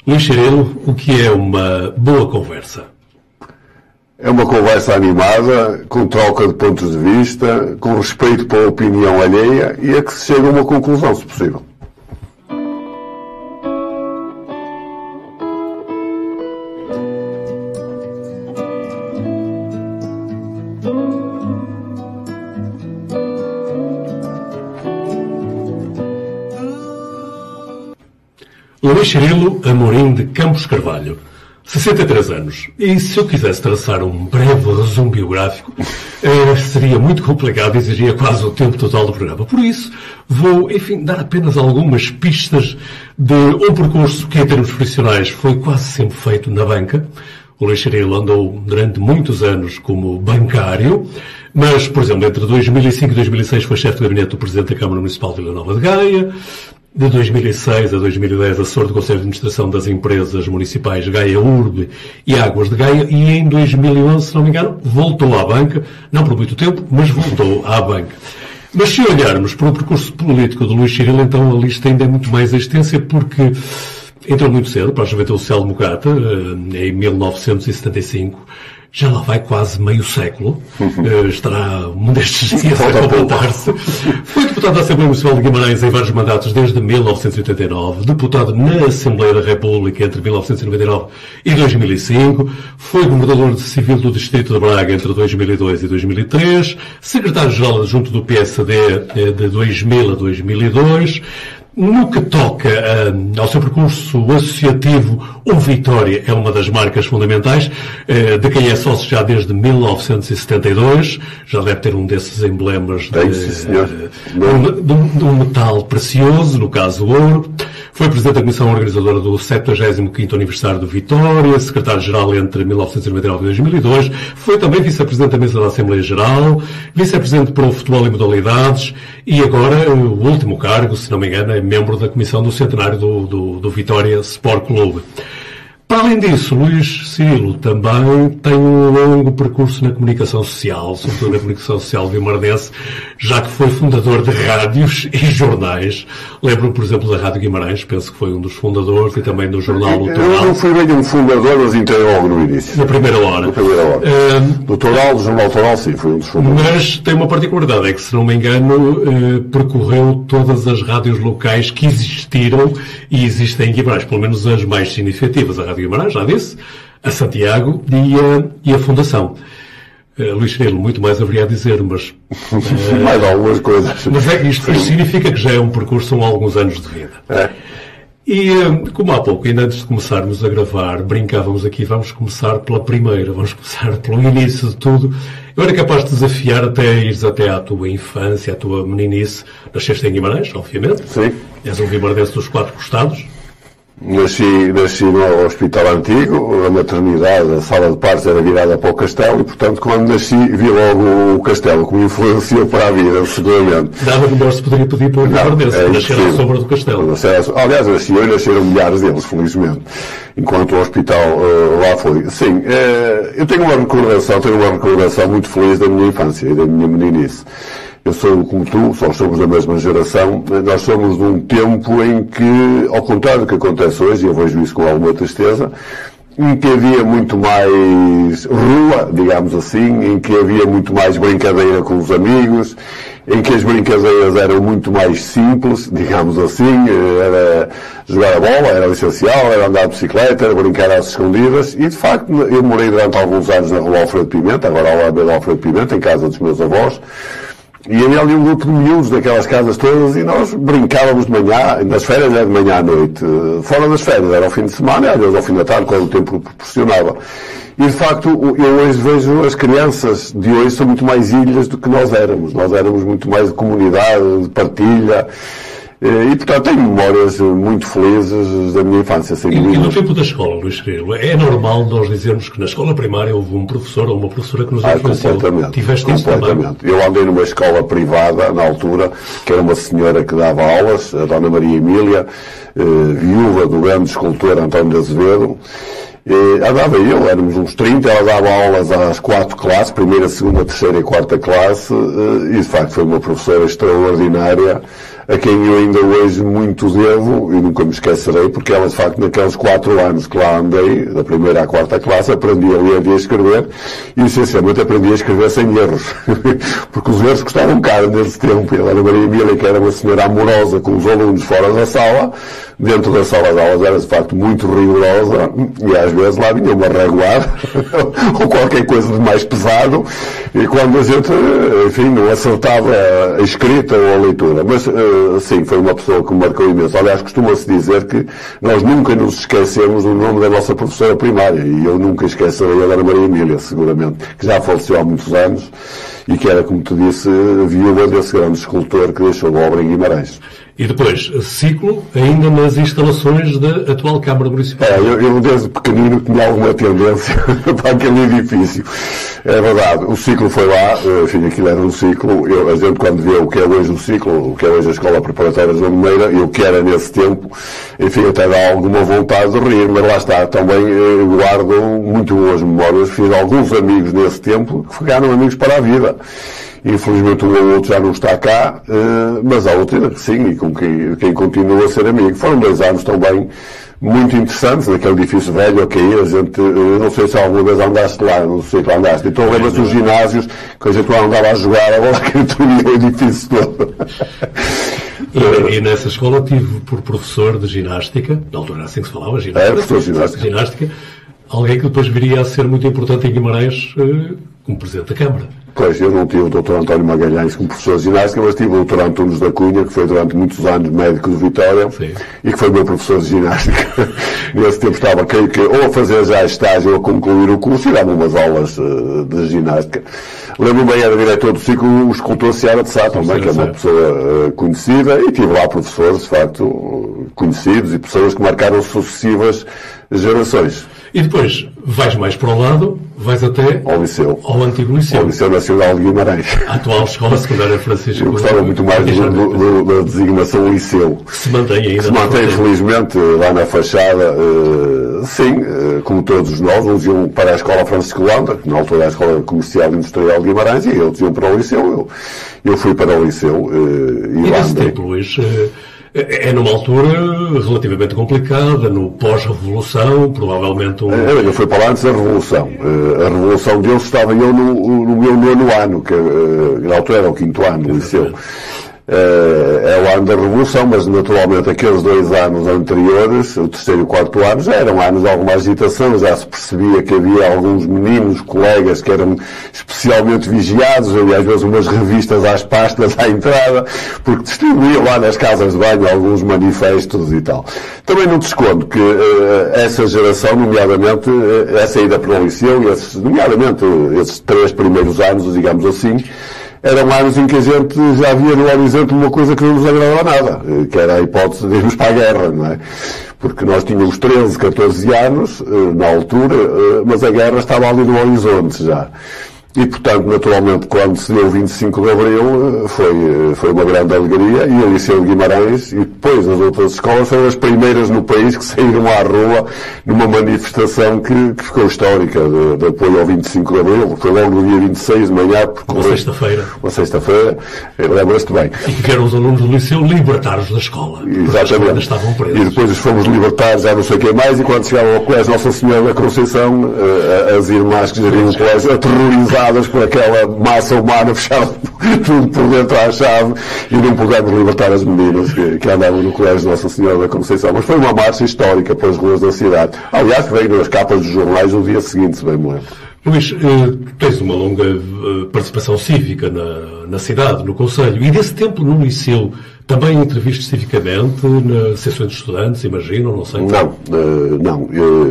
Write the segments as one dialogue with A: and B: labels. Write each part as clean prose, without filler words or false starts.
A: Luís Cirilo, o que é uma boa conversa?
B: É uma conversa animada, com troca de pontos de vista, com respeito pela opinião alheia e a que se chega a uma conclusão, se possível.
A: Luís Cirilo Amorim de Campos Carvalho, 63 anos. E se eu quisesse traçar um breve resumo biográfico, seria muito complicado e exigiria quase o tempo total do programa. Por isso, vou, dar apenas algumas pistas de um percurso que, em termos profissionais, foi quase sempre feito na banca. O Luís Cirilo andou durante muitos anos como bancário, mas, por exemplo, entre 2005 e 2006 foi chefe de gabinete do Presidente da Câmara Municipal de Vila Nova de Gaia. De 2006 a 2010, assessor do Conselho de Administração das Empresas Municipais Gaia Urbe e Águas de Gaia, e em 2011, se não me engano, voltou à banca, não por muito tempo, mas voltou à banca. Mas se olharmos para o percurso político de Luís Cirilo, então a lista ainda é muito mais extensa, porque entrou muito cedo para a Juventude Social Democrata, em 1975, já lá vai quase meio século, estará um destes dias a completar-se. Foi deputado da Assembleia Municipal de Guimarães em vários mandatos desde 1989, deputado na Assembleia da República entre 1999 e 2005, foi governador civil do Distrito de Braga entre 2002 e 2003, secretário-geral adjunto do PSD de 2000 a 2002, no que toca ao seu percurso associativo, o Vitória é uma das marcas fundamentais, de quem é sócio já desde 1972, já deve ter um desses emblemas de um metal precioso, no caso o ouro. Foi presidente da Comissão Organizadora do 75º Aniversário do Vitória, secretário-geral entre 1999 e 2002, foi também vice-presidente da Mesa da Assembleia Geral, vice-presidente para o futebol e modalidades, e agora, o último cargo, se não me engano, é membro da Comissão do Centenário do Vitória Sport Clube. Para além disso, Luís Cirilo também tem um longo percurso na comunicação social, sobretudo na comunicação social vimaranense, já que foi fundador de rádios e jornais. Lembro-me, por exemplo, da Rádio Guimarães, penso que foi um dos fundadores, e também do jornal O Toral.
B: Eu não fui bem um fundador, mas entrei logo no início.
A: Na primeira hora.
B: Do Toral, do jornal Toral, sim, foi um dos fundadores.
A: Mas tem uma particularidade, é que, se não me engano, percorreu todas as rádios locais que existiram e existem em Guimarães, pelo menos as mais significativas. A Rádio Guimarães, já disse, a Santiago e a Fundação. Luís Cirilo, muito mais haveria a dizer, mas...
B: mais algumas coisas.
A: Mas é que isto significa que já é um percurso com alguns anos de vida.
B: É.
A: E, como há pouco, ainda antes de começarmos a gravar, brincávamos aqui, vamos começar pela primeira, vamos começar pelo início de tudo. Eu era capaz de desafiar ires até à tua infância, à tua meninice. Nasceste em Guimarães, obviamente.
B: Sim.
A: És um guimarãense dos 4 costados.
B: Nasci no Hospital Antigo, a maternidade, a sala de partos era virada para o castelo e, portanto, quando nasci, vi logo o castelo, como influenciou para a vida, seguramente.
A: Nada melhor se poderia pedir para o guimarãense, nascer à sombra do castelo.
B: Aliás, nasci eu e nasceram milhares deles, felizmente, enquanto o hospital lá foi. Sim, eu tenho uma recordação muito feliz da minha infância e da minha meninice. Eu sou como tu, só somos da mesma geração, nós somos de um tempo em que, ao contrário do que acontece hoje, e eu vejo isso com alguma tristeza, em que havia muito mais rua, digamos assim, em que havia muito mais brincadeira com os amigos, em que as brincadeiras eram muito mais simples, digamos assim, era jogar a bola, era o essencial, era andar de bicicleta, era brincar às escondidas, e de facto eu morei durante alguns anos na rua Alfredo Pimenta, agora ao lado da Alfredo Pimenta, em casa dos meus avós, e havia ali um grupo de miúdos daquelas casas todas e nós brincávamos de manhã, nas férias era de manhã à noite, fora das férias era ao fim de semana, às vezes ao fim da tarde, quando o tempo proporcionava. E de facto, eu hoje vejo as crianças de hoje são muito mais ilhas do que nós éramos muito mais de comunidade, de partilha. E, portanto, tenho memórias muito felizes da minha infância.
A: E no tempo da escola, Luís Cirilo, é normal nós dizermos que na escola primária houve um professor ou uma professora que nos influenciou? Tiveste isso também?
B: Eu andei numa escola privada, na altura, que era uma senhora que dava aulas, a Dona Maria Emília, viúva do grande escultor António de Azevedo. Andava eu, éramos uns 30, ela dava aulas às 4 classes, primeira, segunda, terceira e quarta classe, e de facto foi uma professora extraordinária, a quem eu ainda hoje muito devo, e nunca me esquecerei, porque ela, de facto, naqueles 4 anos que lá andei, da primeira à 4ª classe, aprendi a ler e a escrever, e essencialmente aprendi a escrever sem erros. Porque os erros custaram caro nesse tempo. E a Ana Maria Emília, que era uma senhora amorosa com os alunos fora da sala, dentro da sala de aulas era, de facto, muito rigorosa, e às vezes lá vinha uma reguada, ou qualquer coisa de mais pesado, e quando a gente, enfim, não acertava a escrita ou a leitura. Mas, sim, foi uma pessoa que me marcou imenso. Aliás, costuma-se dizer que nós nunca nos esquecemos do nome da nossa professora primária, e eu nunca esquecerei a Ana Maria Emília, seguramente, que já faleceu há muitos anos, e que era, como te disse, viúva desse grande escultor que deixou de obra em Guimarães.
A: E depois, ciclo ainda nas instalações da atual Câmara Municipal.
B: Eu desde pequenino tinha alguma tendência para aquele edifício. É verdade, o ciclo foi lá, enfim, aquilo era um ciclo. A gente quando vê o que é hoje o ciclo, o que é hoje a Escola Preparatória de Meira, e o que era nesse tempo, enfim, até dá alguma vontade de rir, mas lá está, também guardo muito boas memórias, fiz alguns amigos nesse tempo que ficaram amigos para a vida. Infelizmente um ou outro já não está cá, mas há outro que sim, e com quem continua a ser amigo. Foram 2 anos também muito interessantes, naquele edifício velho, ok, a gente, não sei se alguma vez andaste lá, não sei que lá andaste, então lembra-se dos ginásios, que a gente lá andava a jogar, agora que destruía o edifício todo.
A: E nessa escola tive por professor de ginástica, na altura era assim que se falava,
B: professor de
A: ginástica, alguém que depois viria a ser muito importante em Guimarães como Presidente da Câmara.
B: Pois, eu não tive o Dr. António Magalhães como professor de ginástica, mas tive o Dr. Antunes da Cunha, que foi durante muitos anos médico de Vitória, sim, e que foi meu professor de ginástica. Nesse tempo estava, creio que, ou a fazer já estágio ou a concluir o curso, e dava umas aulas de ginástica. Lembro-me bem, era diretor do ciclo, o escultor Seara de Sá também, que é uma pessoa conhecida, e tive lá professores, de facto, conhecidos, e pessoas que marcaram sucessivas gerações.
A: E depois, vais mais para o lado, vais até
B: ao liceu.
A: Ao antigo liceu.
B: Ao Liceu Nacional de Guimarães.
A: A atual Escola Secundária Francisco.
B: Eu gostava muito mais da designação liceu.
A: Que se mantém ainda.
B: Que se mantém, felizmente, lá na fachada. Sim, como todos nós, uns iam para a Escola Francisco Landa, que na altura era a Escola Comercial e Industrial de Guimarães, e eles iam para o liceu. Eu fui para o liceu.
A: E nesse tempo, Luís, é numa altura relativamente complicada, no pós-revolução, provavelmente
B: Eu fui para lá antes da Revolução. A Revolução deles estava eu no meu 9º ano, que na altura era o 5º ano do liceu. É o ano da Revolução, mas naturalmente aqueles 2 anos anteriores, o 3º e o 4º ano, já eram anos de alguma agitação, já se percebia que havia alguns meninos, colegas, que eram especialmente vigiados, havia às vezes umas revistas às pastas à entrada, porque distribuíam lá nas casas de banho alguns manifestos e tal. Também não te escondo que essa geração, nomeadamente, essa ida para o liceu, nomeadamente esses 3 primeiros anos, digamos assim, eram anos em que a gente já via no horizonte uma coisa que não nos agradava nada, que era a hipótese de irmos para a guerra, não é? Porque nós tínhamos 13, 14 anos, na altura, mas a guerra estava ali no horizonte já. E, portanto, naturalmente, quando se deu o 25 de Abril, foi uma grande alegria, e o Liceu de Guimarães, e depois as outras escolas, foram as primeiras no país que saíram à rua numa manifestação que ficou histórica, de apoio ao 25 de Abril, foi logo no dia 26 de manhã.
A: Uma
B: sexta-feira, lembras-te bem.
A: E que vieram os alunos do Liceu libertar-os da escola.
B: Exatamente.
A: Ainda estavam presos.
B: E depois fomos libertar, já não sei o que mais, e quando chegavam ao colégio Nossa Senhora da Conceição, as irmãs que geriam o colégio aterrorizadas por aquela massa humana fechada tudo por dentro à chave, e não pudemos libertar as meninas que andavam no colégio Nossa Senhora da Conceição. Mas foi uma marcha histórica pelas ruas da cidade. Aliás, que veio nas capas dos jornais no dia seguinte, se bem me lembro.
A: Luís, tens uma longa participação cívica na cidade, no Conselho, e desse tempo no Liceu também interviste especificamente na seção de estudantes, imagino, não sei?
B: Não.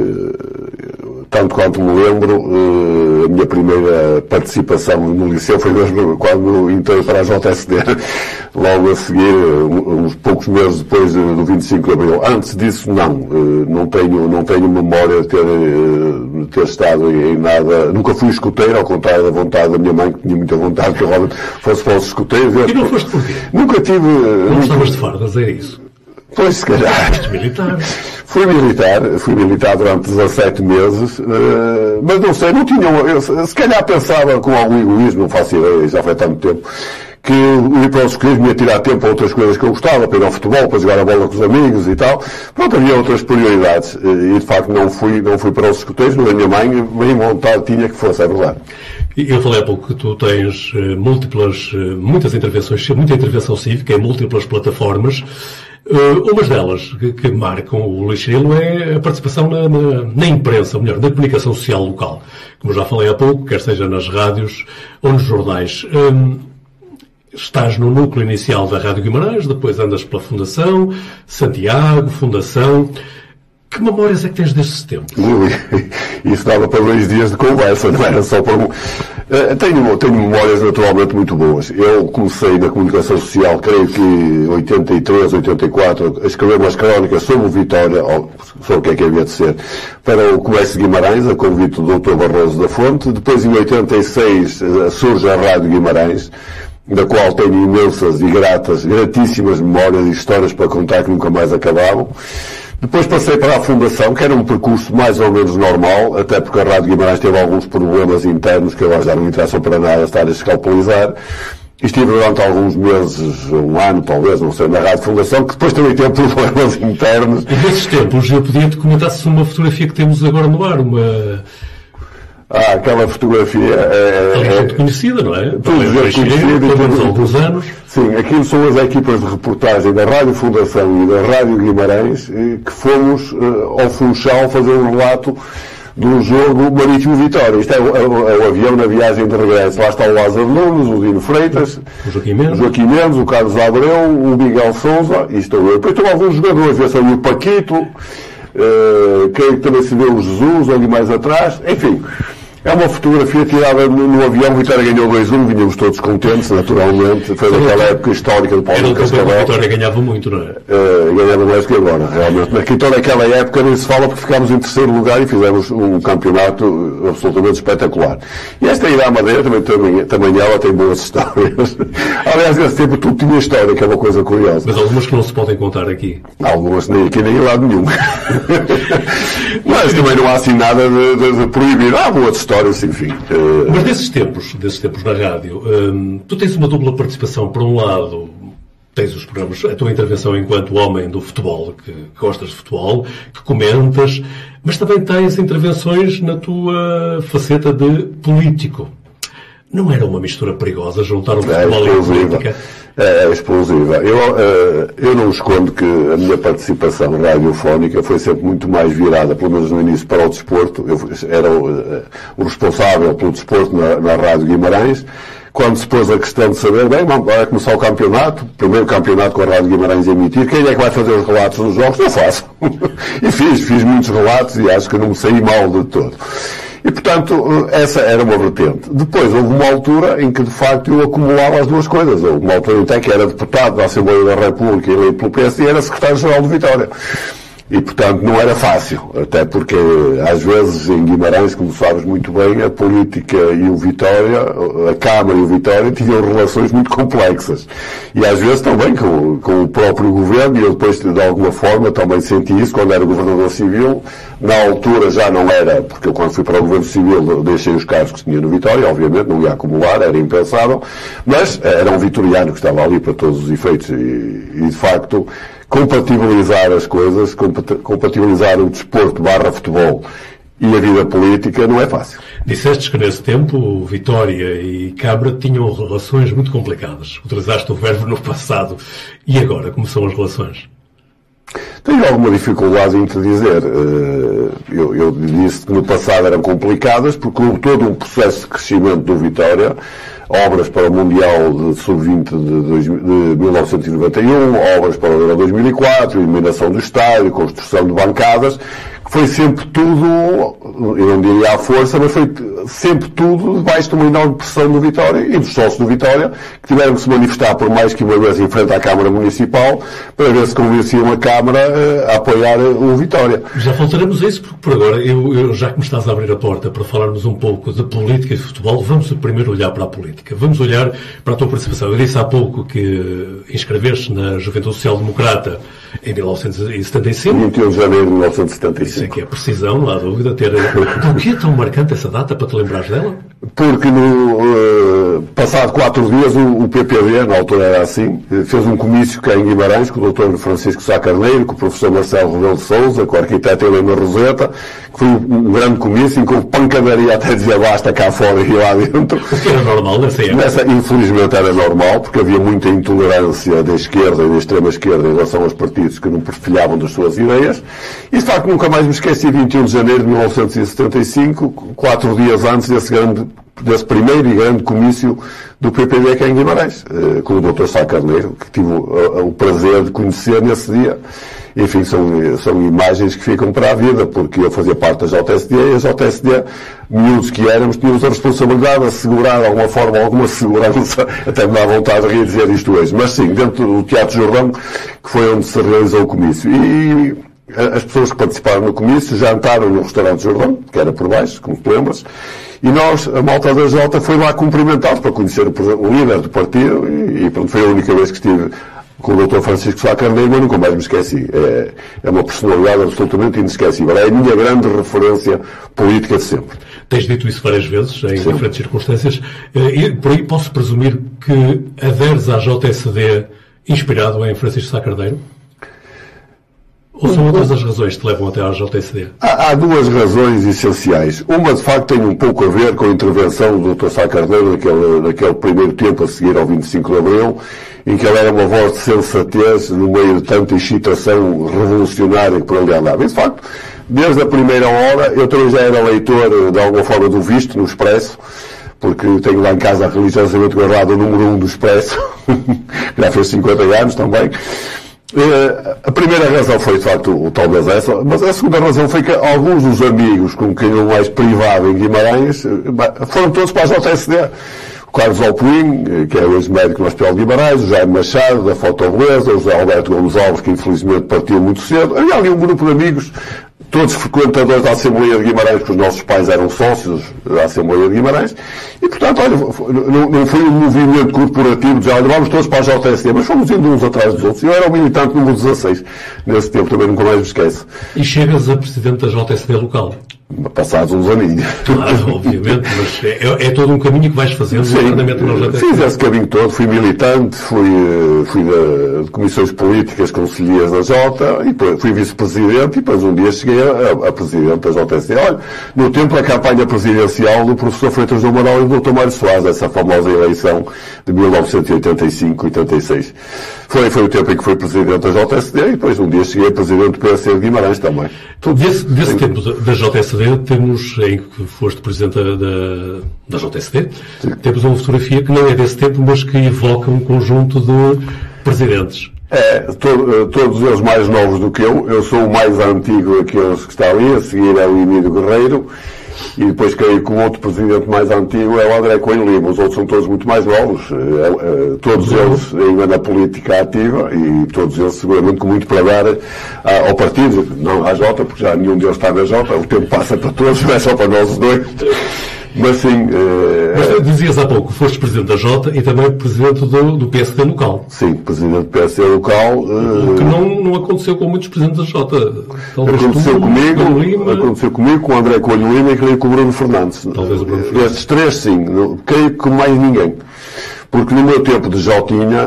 B: Tanto quanto me lembro, a minha primeira participação no Liceu foi mesmo quando entrei para a JSD, logo a seguir, uns poucos meses depois do 25 de Abril. Antes disso, não tenho memória de ter estado em nada. Nunca fui escoteiro, ao contrário da vontade da minha mãe, que tinha muita vontade que eu realmente fosse para os escoteiros.
A: E não foste porquê?
B: Nunca tive...
A: Não gostavas de fardas, é isso?
B: Pois, se calhar.
A: Militar.
B: Fui militar durante 17 meses, mas não sei, não tinha... Se calhar pensava com algum egoísmo, não faço ideia, já foi há tanto tempo, que o ir para os escoteiros me ia tirar tempo para outras coisas que eu gostava, para ir ao futebol, para jogar a bola com os amigos e tal. Pronto, havia outras prioridades. E, de facto, não fui para os escoteiros, mas a minha mãe bem vontade tinha que fosse, é verdade.
A: Eu falei há pouco que tu tens muitas intervenções, muita intervenção cívica em múltiplas plataformas. Umas delas que marcam o Luís Cirilo é a participação na imprensa, ou melhor, na comunicação social local. Como já falei há pouco, quer seja nas rádios ou nos jornais. Estás no núcleo inicial da Rádio Guimarães, depois andas pela Fundação, Santiago, Fundação. Que memórias é que tens desses tempos?
B: Isso dava para 2 dias de conversa, não era só para... Tenho memórias naturalmente muito boas. Eu comecei na comunicação social, creio que em 83, 84, a escrever umas crónicas sobre o Vitória, ou sobre o que havia de ser, para o Comércio de Guimarães, a convite do Dr. Barroso da Fonte. Depois, em 86, surge a Rádio Guimarães, da qual tenho imensas e gratíssimas memórias e histórias para contar que nunca mais acabavam. Depois passei para a Fundação, que era um percurso mais ou menos normal, até porque a Rádio Guimarães teve alguns problemas internos que agora já não me interessam para nada estar a escalpelizar. Estive durante alguns meses, um ano talvez, não sei, na Rádio Fundação, que depois também teve problemas internos.
A: E nesses tempos, eu podia-te comentar-se uma fotografia que temos agora no ar,
B: aquela fotografia
A: é muito conhecida, não é?
B: Todos já conhecidos.
A: Há alguns anos.
B: Sim, aquilo são as equipas de reportagem da Rádio Fundação e da Rádio Guimarães que fomos ao Funchal fazer um relato do jogo Marítimo Vitória. Isto é o avião na viagem de regresso. Lá está o Lázaro Nunes, o Dino Freitas,
A: o Joaquim Mendes,
B: o Carlos Abreu, o Miguel Sousa, e estou eu. Depois estão alguns jogadores, esse aí o Paquito, creio que também se vê o Jesus ali mais atrás, enfim. É uma fotografia tirada no avião. O Vitória ganhou 2-1, vinhamos todos contentes, naturalmente. Foi daquela época histórica do Paulo de Cascavel.
A: A Vitória ganhava muito, não é?
B: Ganhava mais que agora, realmente. Mas toda aquela época nem se fala porque ficámos em 3º lugar e fizemos um campeonato absolutamente espetacular. E esta ida à Madeira também ela tem boas histórias. Aliás, nesse tempo tudo tinha história, que é uma coisa curiosa.
A: Mas algumas que não se podem contar aqui.
B: Algumas nem aqui nem em lado nenhum. Mas também não há assim nada de proibido. Há boas histórias. Enfim.
A: Mas desses tempos na rádio, tu tens uma dupla participação. Por um lado, tens os programas, a tua intervenção enquanto homem do futebol, que gostas de futebol, que comentas, mas também tens intervenções na tua faceta de político. Não era uma mistura perigosa juntar o futebol e a política?
B: É explosiva. Eu não escondo que a minha participação radiofónica foi sempre muito mais virada, pelo menos no início, para o desporto. Eu era o responsável pelo desporto na Rádio Guimarães. Quando se pôs a questão de saber, bem, vai começar o campeonato, primeiro campeonato com a Rádio Guimarães a emitir, quem é que vai fazer os relatos dos jogos? Eu faço. E fiz muitos relatos e acho que não me saí mal de todo. E, portanto, essa era uma vertente. Depois, houve uma altura em que, de facto, eu acumulava as duas coisas. Houve uma altura até que era deputado da Assembleia da República e eleito pelo PSD e era secretário-geral do Vitória. E, portanto, não era fácil. Até porque, às vezes, em Guimarães, como sabes muito bem, a política e o Vitória, a Câmara e o Vitória, tinham relações muito complexas. E, às vezes, também com o próprio governo, e eu depois, de alguma forma, também senti isso quando era governador civil. Na altura já não era, porque eu, quando fui para o governo civil, deixei os cargos que tinha no Vitória, obviamente, não ia acumular, era impensável, mas era um vitoriano que estava ali para todos os efeitos e de facto, compatibilizar as coisas, compatibilizar o desporto / futebol e a vida política não é fácil.
A: Dissestes que nesse tempo Vitória e Câmara tinham relações muito complicadas. Utilizaste o verbo no passado. E agora, como são as relações?
B: Tenho alguma dificuldade em te dizer. Eu disse que no passado eram complicadas, porque houve todo um processo de crescimento do Vitória, obras para o Mundial de Sub-20 de 1991, obras para o Euro 2004, eliminação do estádio, construção de bancadas, que foi sempre tudo, eu não diria à força, mas foi sempre tudo debaixo de uma enorme pressão do Vitória e dos sócios do Vitória, que tiveram que se manifestar por mais que uma vez em frente à Câmara Municipal, para ver se convenciam a Câmara a apoiar o Vitória.
A: Já voltaremos a isso, porque por agora, já que me estás a abrir a porta para falarmos um pouco de política e de futebol, vamos primeiro olhar para a política. Vamos olhar para a tua participação. Eu disse há pouco que inscreveste na Juventude Social Democrata em 1975.
B: 21 de janeiro de 1975.
A: Isso é que é precisão, não há dúvida. Por que é tão marcante essa data, para te lembrares dela?
B: Porque passado 4 dias o PPD, na altura era assim, fez um comício cá em Guimarães com o Dr. Francisco Sá Carneiro, com o professor Marcelo Rebelo de Sousa, com a arquiteta Helena Roseta, que foi um grande comício em que houve pancadaria até dizia basta cá fora e lá dentro.
A: O que era normal nessa época?
B: Infelizmente era normal, porque havia muita intolerância da esquerda e da extrema-esquerda em relação aos partidos que não perfilhavam das suas ideias. E de facto nunca mais me esqueci, 21 de janeiro de 1975, 4 dias antes desse primeiro e grande comício do PPD aqui em Guimarães, com o Dr. Sá Carneiro, que tive o prazer de conhecer nesse dia. Enfim, são imagens que ficam para a vida, porque eu fazia parte da JSD e a JSD, miúdos que éramos, tínhamos a responsabilidade de assegurar de alguma forma alguma segurança, até me dá vontade de rir dizer isto hoje, mas sim, dentro do Teatro Jordão, que foi onde se realizou o comício. E as pessoas que participaram no comício jantaram no restaurante Jordão, que era por baixo, como te lembras, e nós, a malta da Jota, foi lá cumprimentá-los para conhecer o líder do partido e pronto, foi a única vez que estive com o Dr. Francisco Sá Carneiro, mas nunca mais me esqueci. É uma personalidade absolutamente inesquecível. É a minha grande referência política de sempre.
A: Tens dito isso várias vezes, em diferentes circunstâncias. E por aí posso presumir que aderes à JSD inspirado em Francisco Sá Carneiro? Ou são outras as razões que te levam até à JSD?
B: Há duas razões essenciais. Uma, de facto, tem um pouco a ver com a intervenção do Dr. Sá Carneiro naquele primeiro tempo a seguir ao 25 de Abril, em que ele era uma voz de sensatez no meio de tanta excitação revolucionária que por ali andava. E, de facto, desde a primeira hora, eu também já era leitor, de alguma forma, do Visto, no Expresso, porque tenho lá em casa religiosamente guardado o número 1 do Expresso, que já fez 50 anos também. A primeira razão foi, de facto, talvez essa, mas a segunda razão foi que alguns dos amigos com quem eu mais privava em Guimarães foram todos para a JSD. O Carlos Alpuim, que é hoje médico no Hospital de Guimarães, o Jaime Machado, da Fotobeleza, o José Alberto Gomes Alves, que infelizmente partiu muito cedo. Havia ali um grupo de amigos, todos frequentadores da Assembleia de Guimarães, porque os nossos pais eram sócios da Assembleia de Guimarães, e portanto, olha, não foi um movimento corporativo de dizer, olha, vamos todos para a JSD, mas fomos indo uns atrás dos outros. Eu era o militante número 16, nesse tempo, também nunca mais me esqueço.
A: E chegas a presidente da JSD local?
B: Passados uns aninhos.
A: Claro, obviamente, mas é todo um caminho que vais fazendo.
B: Sim, fiz esse caminho todo, fui militante, fui de comissões políticas, conselheiras da Jota, e depois fui vice-presidente, e depois um dia cheguei a presidente da JSD. Olha, no tempo da campanha presidencial do professor Freitas do Amaral e do Dr. Mário Soares, essa famosa eleição de 1985-86. Foi o tempo em que fui presidente da JSD, e depois um dia cheguei a presidente do PSD de Guimarães também.
A: Desse tempo da JSD, temos, em que foste presidente da JSD, sim, temos uma fotografia que não é desse tempo, mas que evoca um conjunto de presidentes.
B: Todos eles mais novos do que eu sou o mais antigo daqueles que está ali, a seguir é o Emílio Guerreiro, e depois creio que o outro presidente mais antigo é o André Coelho Lima. Os outros são todos muito mais novos, todos eles ainda na política ativa, e todos eles seguramente com muito para dar ao partido, não à Jota, porque já nenhum deles está na Jota, o tempo passa para todos, não é só para nós dois. Mas sim...
A: Mas dizias há pouco, foste presidente da Jota e também presidente do PSD local.
B: Sim, presidente do PSD local.
A: O que não aconteceu com muitos presidentes da Jota.
B: Aconteceu comigo, com o André Coelho Lima e creio com o Bruno Fernandes.
A: Talvez o Bruno Fernandes.
B: Estes três, sim. Creio que mais ninguém. Porque no meu tempo de Jotinha,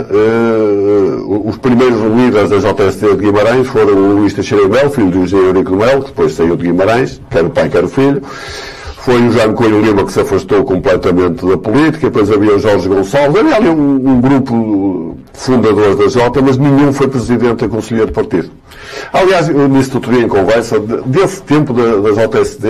B: os primeiros líderes da JSD de Guimarães foram o Luís Teixeira Melo, filho do José Eurico Melo, que depois saiu de Guimarães, quer o pai, quer o filho. Foi o Jaime Coelho Lima que se afastou completamente da política, depois havia o Jorge Gonçalves, havia ali um grupo de fundadores da Jota, mas nenhum foi presidente da conselheira de partido. Aliás, eu disse outro dia em conversa, desse tempo da JSD,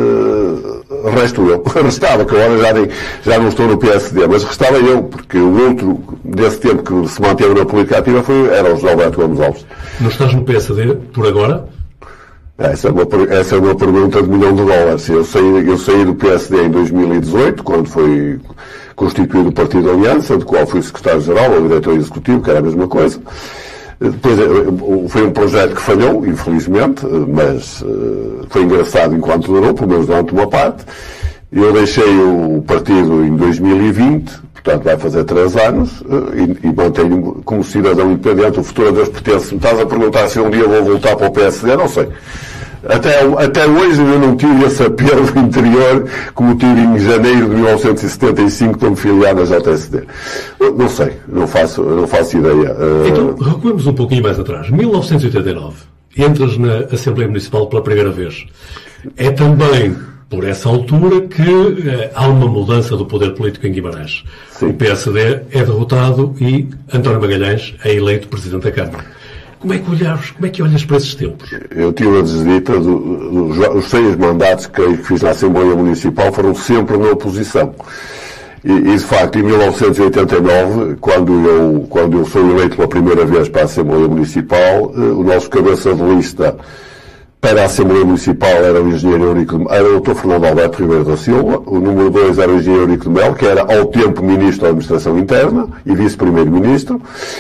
B: resto eu. Restava, que agora já não estou no PSD, mas restava eu, porque o outro desse tempo que se manteve na política ativa era o José Alberto Gomes Alves.
A: Não estás no PSD por agora?
B: Essa é uma pergunta de $1 milhão. Eu saí do PSD em 2018, quando foi constituído o Partido Aliança, do qual fui secretário-geral ou diretor executivo, que era a mesma coisa. Depois foi um projeto que falhou, infelizmente, mas foi engraçado enquanto durou, pelo menos durante uma parte. Eu deixei o partido em 2020, portanto vai fazer 3 anos, e mantenho-me como cidadão independente. O futuro a Deus pertence. Me estás a perguntar se um dia vou voltar para o PSD? Não sei. Até hoje eu não tive esse apelo interior como tive em janeiro de 1975 para me filiar na JSD. Não sei, não faço ideia.
A: Então, recuemos um pouquinho mais atrás. 1989. Entras na Assembleia Municipal pela primeira vez. É também por essa altura que há uma mudança do poder político em Guimarães. Sim. O PSD é derrotado e António Magalhães é eleito Presidente da Câmara. Como é que olhas para esses tempos? Eu
B: tive a desdita, os 6 mandatos que fiz na Assembleia Municipal foram sempre na oposição. E de facto, em 1989, quando eu sou eleito pela primeira vez para a Assembleia Municipal, o nosso cabeça de lista para a Assembleia Municipal era o engenheiro Eurico, era o Dr. Fernando Alberto Ribeiro da Silva, o número 2 era o engenheiro Eurico de Melo, que era ao tempo Ministro da Administração Interna e Vice-Primeiro-Ministro,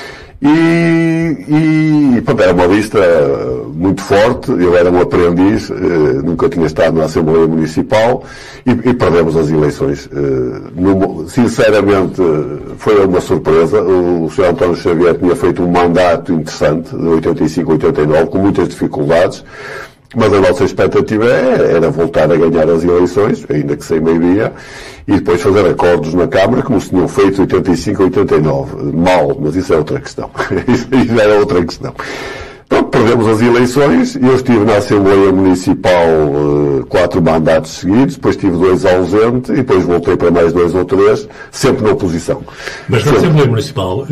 B: e era uma lista muito forte. Eu era um aprendiz, nunca tinha estado na Assembleia Municipal e perdemos as eleições. Sinceramente, foi uma surpresa. O Sr. António Xavier tinha feito um mandato interessante, de 85 a 89, com muitas dificuldades, mas a nossa expectativa era voltar a ganhar as eleições, ainda que sem maioria, e depois fazer acordos na Câmara, como se tinham feito 85 a 89. Mal, mas isso é outra questão. Isso era outra questão. Pronto, perdemos as eleições, eu estive na Assembleia Municipal 4 mandatos seguidos, depois tive 2 ausentes, e depois voltei para mais 2 ou 3, sempre na oposição.
A: Mas na Assembleia Municipal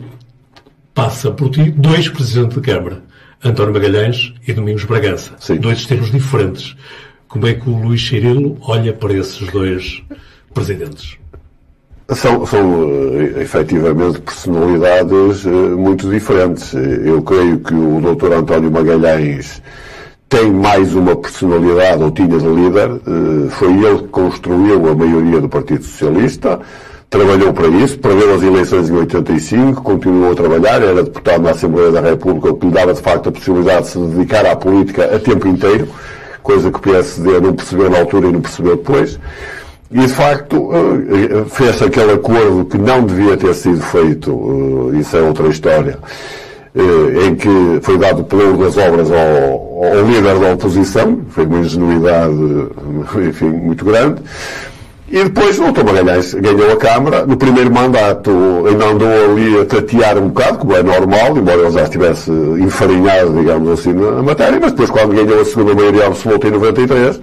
A: passa por ti 2 Presidentes de Câmara, António Magalhães e Domingos Bragança. Sim. 2 estilos diferentes. Como é que o Luís Cirilo olha para esses 2 presidentes?
B: São efetivamente personalidades muito diferentes. Eu creio que o Dr. António Magalhães tem mais uma personalidade, ou tinha de líder. Foi ele que construiu a maioria do Partido Socialista, trabalhou para isso, perdeu as eleições em 85, continuou a trabalhar, era deputado na Assembleia da República, o que lhe dava de facto a possibilidade de se dedicar à política a tempo inteiro, coisa que o PSD não percebeu na altura e não percebeu depois. E, de facto, fez aquele acordo que não devia ter sido feito, isso é outra história, em que foi dado o pelouro das obras ao líder da oposição, foi uma ingenuidade, enfim, muito grande. E depois o Dr. Magalhães ganhou a Câmara. No primeiro mandato ainda andou ali a tatear um bocado, como é normal, embora ele já estivesse enfarinhado, digamos assim, na matéria, mas depois, quando ganhou a segunda maioria absoluta em 93,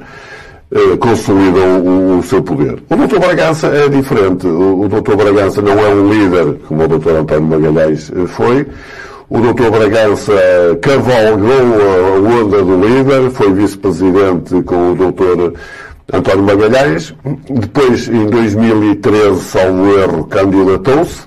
B: consolidou o seu poder. O Dr. Bragança é diferente. O Dr. Bragança não é um líder, como o Dr. António Magalhães foi. O Dr. Bragança cavalgou a onda do líder, foi vice-presidente com o Dr. António Magalhães. Depois, em 2013, salvo erro, candidatou-se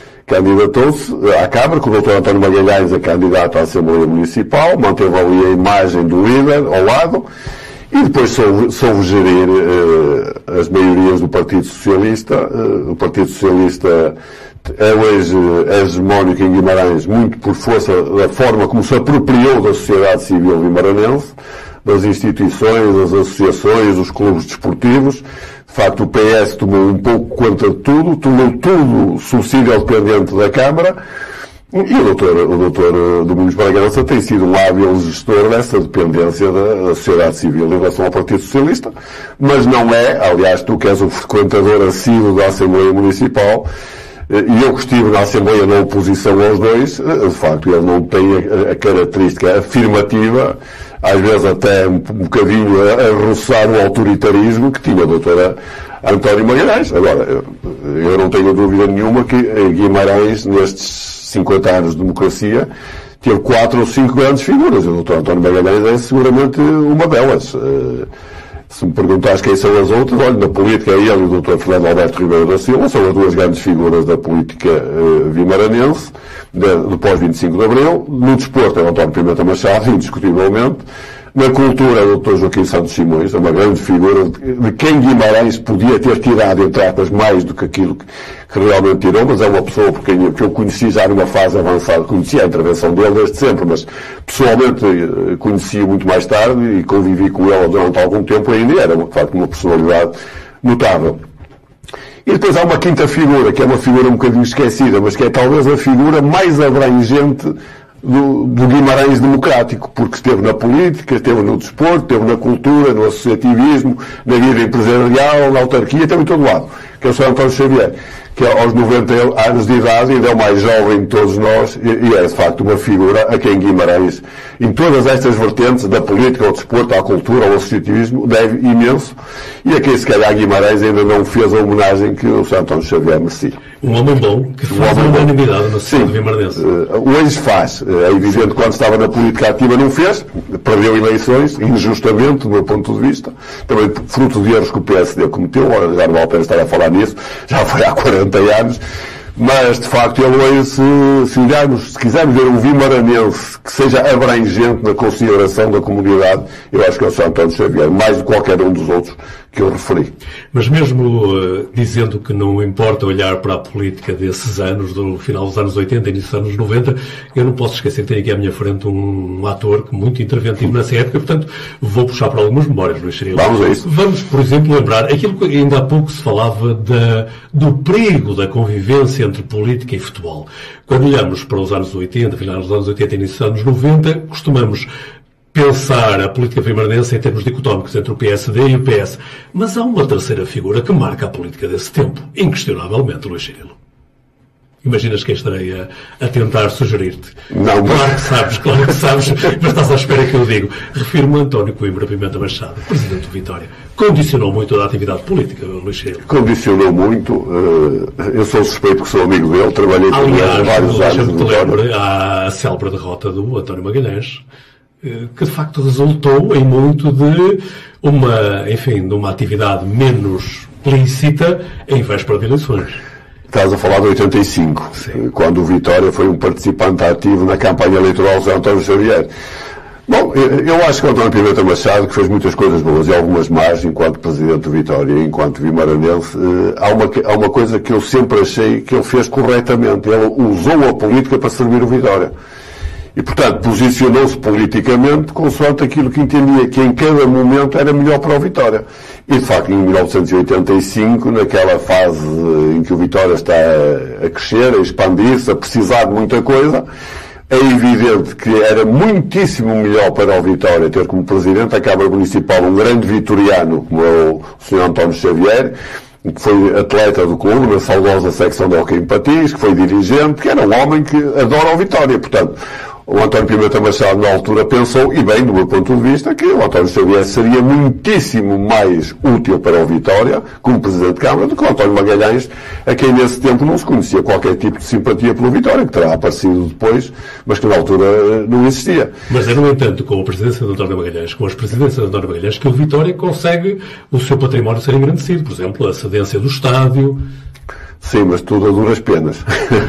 B: à Câmara, com o Dr. António Magalhães a candidato à Assembleia Municipal, manteve ali a imagem do líder ao lado, e depois soube gerir as maiorias do Partido Socialista. O Partido Socialista é hoje hegemónico em Guimarães, muito por força da forma como se apropriou da sociedade civil guimaranense, das instituições, das associações, dos clubes desportivos. De facto, o PS tomou um pouco conta de tudo, tornou tudo subsídio dependente da Câmara, e o Dr. Domingos Bragança tem sido um hábil gestor dessa dependência da sociedade civil em relação ao Partido Socialista, mas não é, aliás, tu que és um frequentador assíduo da Assembleia Municipal, e eu que estive na Assembleia na oposição aos 2, de facto ele não tem a característica afirmativa, às vezes até um bocadinho a roçar o autoritarismo que tinha a doutora António Magalhães. Agora, eu não tenho dúvida nenhuma que Guimarães, nestes 50 anos de democracia, teve 4 ou 5 grandes figuras. O Dr. António Magalhães é seguramente uma delas. Se me perguntares quem são as outras, olha, na política é ele e o Dr. Fernando Alberto Ribeiro da Silva, são as 2 grandes figuras da política vimaranense, do pós-25 de Abril. No desporto é o António Pimenta Machado, indiscutivelmente. Na cultura, o Dr. Joaquim Santos Simões, é uma grande figura de quem Guimarães podia ter tirado, entre aspas, mais do que aquilo que realmente tirou, mas é uma pessoa por quem eu conheci já numa fase avançada, conheci a intervenção dele desde sempre, mas pessoalmente conheci-o muito mais tarde e convivi com ele durante algum tempo, ainda era, de facto, uma personalidade notável. E depois há uma quinta figura, que é uma figura um bocadinho esquecida, mas que é talvez a figura mais abrangente do Guimarães democrático, porque esteve na política, esteve no desporto, esteve na cultura, no associativismo, na vida empresarial, na autarquia, esteve em todo lado, que é o Sr. António Xavier, que aos 90 anos de idade ainda é o mais jovem de todos nós e é de facto uma figura a quem Guimarães, em todas estas vertentes, da política, ao desporto, à cultura, ao associativismo, deve imenso, e a quem se calhar Guimarães ainda não fez a homenagem que o Sr. António Xavier merecia.
A: Um homem bom, que faz a unanimidade na sociedade vimarnense.
B: Hoje faz. É evidente que quando estava na política ativa não fez, perdeu eleições, injustamente, do meu ponto de vista, também fruto de erros que o PSD cometeu, já não vale a pena estar a falar nisso, já foi há 40 anos, mas de facto ele hoje, se olharmos, se quisermos ver um vimaranense que seja abrangente na consideração da comunidade, eu acho que é o Sr. António Xavier, mais do que qualquer um dos outros que eu referi.
A: Mas mesmo dizendo que não importa olhar para a política desses anos, do final dos anos 80 e início dos anos 90, eu não posso esquecer que tenho aqui à minha frente um ator muito interventivo nessa época, portanto vou puxar para algumas memórias, Luís Cirilo.
B: Vamos a isso.
A: Vamos, por exemplo, lembrar aquilo que ainda há pouco se falava do perigo da convivência entre política e futebol. Quando olhamos para os anos 80, final dos anos 80 e início dos anos 90, costumamos pensar a política vimaranense em termos dicotómicos entre o PSD e o PS. Mas há uma terceira figura que marca a política desse tempo, inquestionavelmente, Luís Cirilo. Imaginas que estarei a tentar sugerir-te?
B: Não, mas...
A: Claro que sabes, mas estás à espera que eu digo. Refiro-me a António Coimbra Pimenta Machado, presidente do Vitória. Condicionou muito a atividade política, Luís Cirilo.
B: Condicionou muito. Eu sou suspeito que sou amigo dele, trabalhei com ele há vários anos.
A: Aliás, lembro a célebre derrota do António Magalhães, que de facto resultou em muito de uma atividade menos lícita em véspera de eleições.
B: Estás a falar de 85, sim, quando o Vitória foi um participante ativo na campanha eleitoral de António Xavier. Bom, eu acho que o António Pimenta Machado, que fez muitas coisas boas e algumas más enquanto presidente do Vitória e enquanto vimaranense, há uma coisa que eu sempre achei que ele fez corretamente. Ele usou a política para servir o Vitória. E, portanto, posicionou-se politicamente consoante aquilo que entendia que em cada momento era melhor para o Vitória. E, de facto, em 1985, naquela fase em que o Vitória está a crescer, a expandir-se, a precisar de muita coisa, é evidente que era muitíssimo melhor para o Vitória ter como presidente a Câmara Municipal um grande vitoriano, como é o Sr. António Xavier, que foi atleta do clube, na saudosa secção de hóquei em patins, que foi dirigente, que era um homem que adora o Vitória. Portanto, o António Pimenta Machado, na altura, pensou, e bem, do meu ponto de vista, que o António Xavier seria muitíssimo mais útil para o Vitória, como Presidente de Câmara, do que o António Magalhães, a quem nesse tempo não se conhecia qualquer tipo de simpatia pelo Vitória, que terá aparecido depois, mas que na altura não existia.
A: Mas é, no entanto, com a presidência de António Magalhães, com as presidências de António Magalhães, que o Vitória consegue o seu património ser engrandecido. Por exemplo, a cedência do estádio.
B: Sim, mas tudo a duras penas.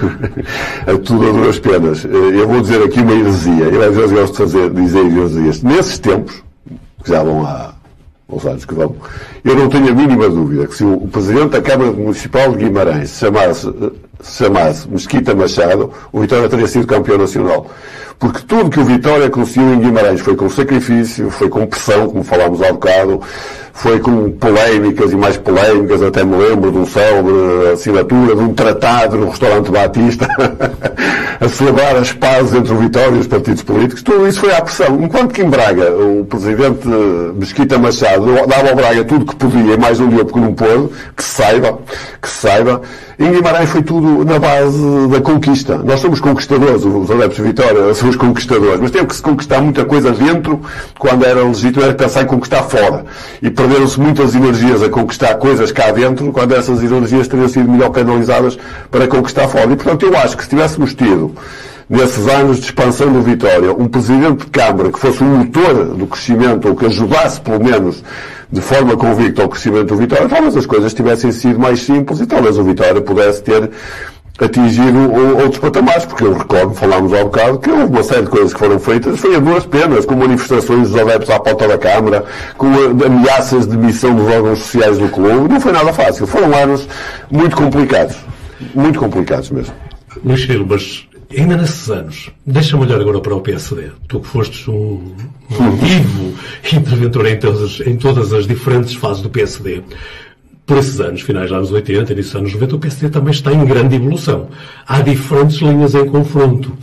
B: Tudo a duras penas. Eu vou dizer aqui uma heresia. Eu às vezes gosto de dizer heresias. Nesses tempos, que já vão há uns anos que vão, eu não tenho a mínima dúvida que se o Presidente da Câmara Municipal de Guimarães se chamasse Mesquita Machado, o Vitória teria sido campeão nacional. Porque tudo que o Vitória conseguiu em Guimarães foi com sacrifício, foi com pressão, como falámos há bocado, foi com polémicas e mais polémicas, até me lembro de um célebre assinatura de um tratado no restaurante Batista a celebrar as pazes entre o Vitória e os partidos políticos. Tudo isso foi à pressão. Enquanto que em Braga, o Presidente Mesquita Machado dava ao Braga tudo que podia e mais um dia porque não pôde, que se saiba. Em Guimarães foi tudo na base da conquista. Nós somos conquistadores, os adeptos de Vitória somos conquistadores, mas teve que se conquistar muita coisa dentro, quando era legítimo era pensar em conquistar fora. E perderam-se muitas energias a conquistar coisas cá dentro, quando essas energias teriam sido melhor canalizadas para conquistar fora. E, portanto, eu acho que se tivéssemos tido, nesses anos de expansão do Vitória, um Presidente de Câmara que fosse um motor do crescimento, ou que ajudasse, pelo menos, de forma convicta ao crescimento do Vitória, talvez as coisas tivessem sido mais simples e talvez o Vitória pudesse ter atingido outros patamares, porque eu recordo, falámos há bocado, que houve uma série de coisas que foram feitas, foi a duras penas, com manifestações dos adeptos à porta da Câmara, com ameaças de demissão dos órgãos sociais do clube. Não foi nada fácil. Foram anos muito complicados mesmo.
A: Luís Cirilo, mas ainda nesses anos, deixa-me olhar agora para o PSD. Tu que fostes um ativo interventor em todas as diferentes fases do PSD. Por esses anos, finais dos anos 80, início dos anos 90, o PSD também está em grande evolução. Há diferentes linhas em confronto.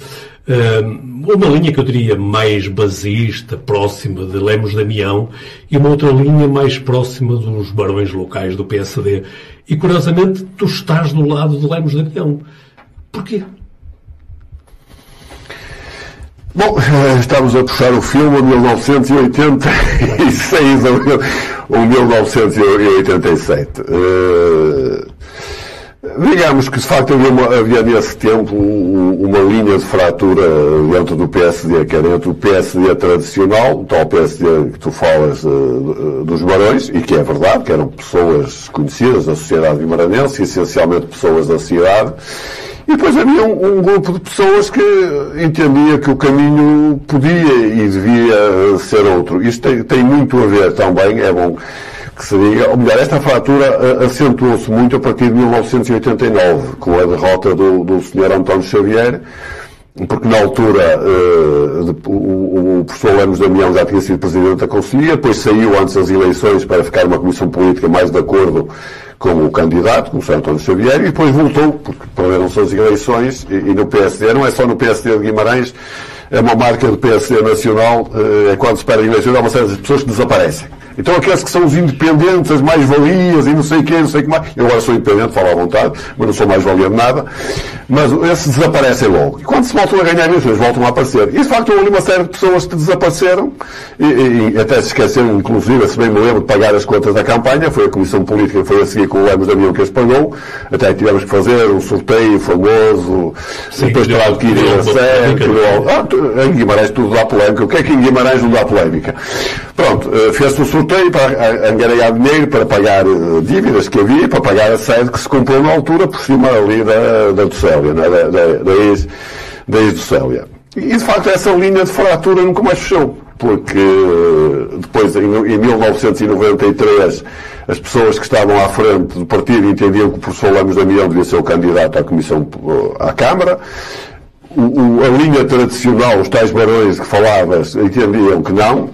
A: Uma linha que eu diria mais basista, próxima de Lemos Damião, e uma outra linha mais próxima dos barões locais do PSD. E, curiosamente, tu estás do lado de Lemos Damião. Porquê?
B: Bom, estamos a puxar o filme a 1986 ou 1987. Digamos que, de facto, havia nesse tempo uma linha de fratura dentro do PSD, que era entre o PSD tradicional, o tal PSD que tu falas dos Barões, e que é verdade, que eram pessoas conhecidas da sociedade guimaranense, essencialmente pessoas da cidade, e depois havia um grupo de pessoas que entendia que o caminho podia e devia ser outro. Isto tem muito a ver também, é bom que se diga, ou melhor, esta fratura acentuou-se muito a partir de 1989, com a derrota do Sr. António Xavier, porque na altura o professor Lemos Damião já tinha sido presidente da Conselhia, depois saiu antes das eleições para ficar uma comissão política mais de acordo com o candidato, com o Sr. António Xavier, e depois voltou, porque perderam-se as eleições, e no PSD, não é só no PSD de Guimarães, é uma marca do PSD nacional, é quando se perde eleições, há uma série de pessoas que desaparecem. Então aqueles que são os independentes, as mais-valias e não sei o quê, não sei o que mais. Eu agora sou independente, falo à vontade, mas não sou mais-valia de nada. Mas esses desaparecem logo. E quando se voltam a ganhar eleições, voltam a aparecer. E de facto houve ali uma série de pessoas que desapareceram e até se esqueceram, inclusive, se bem me lembro, de pagar as contas da campanha. Foi a Comissão Política que foi a seguir com o Lemos Damião que as pagou. Até que tivemos que fazer um sorteio famoso, depois para adquirir a sede. Em Guimarães tudo dá polémica. O que é que em Guimarães não dá polémica? Pronto, fez-se um sorteio para angariar dinheiro, para pagar dívidas que havia, para pagar a sede que se comprou na altura por cima ali da Docélia, né? da ex-Docélia. E de facto essa linha de fratura nunca mais fechou, porque depois em 1993 as pessoas que estavam à frente do partido entendiam que o professor Lemos Damião devia ser o candidato à Câmara. A linha tradicional, os tais barões que falavas, entendiam que não,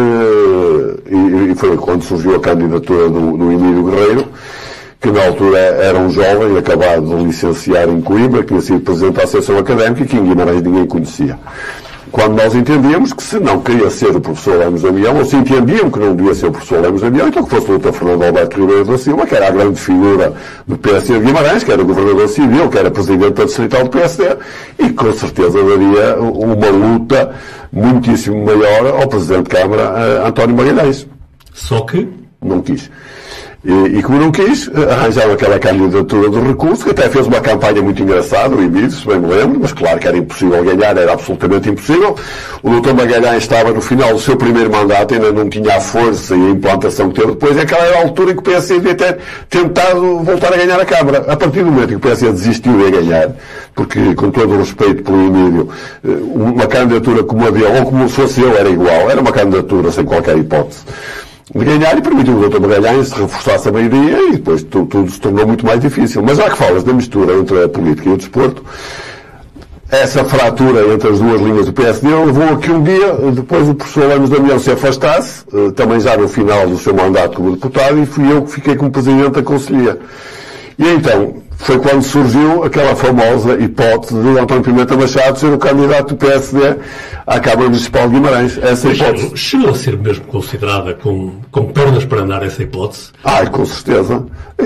B: e foi quando surgiu a candidatura do Emílio Guerreiro, que na altura era um jovem, acabado de licenciar em Coimbra, que tinha sido presidente da Associação Académica e que em Guimarães ninguém conhecia. Quando nós entendíamos que se não queria ser o professor Lemos Damião, ou se entendiam que não devia ser o professor Lemos Damião, então que fosse o Dr. Fernando Alberto Ribeiro da Silva, que era a grande figura do PSD de Guimarães, que era o governador civil, que era presidente da distrital do PSD, e que com certeza daria uma luta muitíssimo maior ao presidente de Câmara, António Magalhães.
A: Só que?
B: Não quis. E como não quis, arranjaram aquela candidatura de recurso, que até fez uma campanha muito engraçada, o Emílio, se bem me lembro, mas claro que era impossível ganhar, era absolutamente impossível. O Dr. Magalhães estava no final do seu primeiro mandato, ainda não tinha a força e a implantação que teve depois, e aquela era a altura em que o PSD devia ter tentado voltar a ganhar a Câmara. A partir do momento em que o PSD desistiu de ganhar, porque, com todo o respeito pelo Emílio, uma candidatura como a dele, ou como se fosse eu, era igual, era uma candidatura sem qualquer hipótese de ganhar, e permitiu o Dr. Magalhães reforçar-se a maioria e depois tudo se tornou muito mais difícil. Mas já que falas da mistura entre a política e o desporto, essa fratura entre as duas linhas do PSD levou a que um dia, depois o professor Lemos Damião se afastasse, também já no final do seu mandato como deputado, e fui eu que fiquei como presidente da Conselhia. E então, foi quando surgiu aquela famosa hipótese de António Pimenta Machado ser o candidato do PSD à Câmara Municipal de Guimarães. Essa hipótese
A: chegou a ser mesmo considerada com pernas para andar essa hipótese?
B: Com certeza.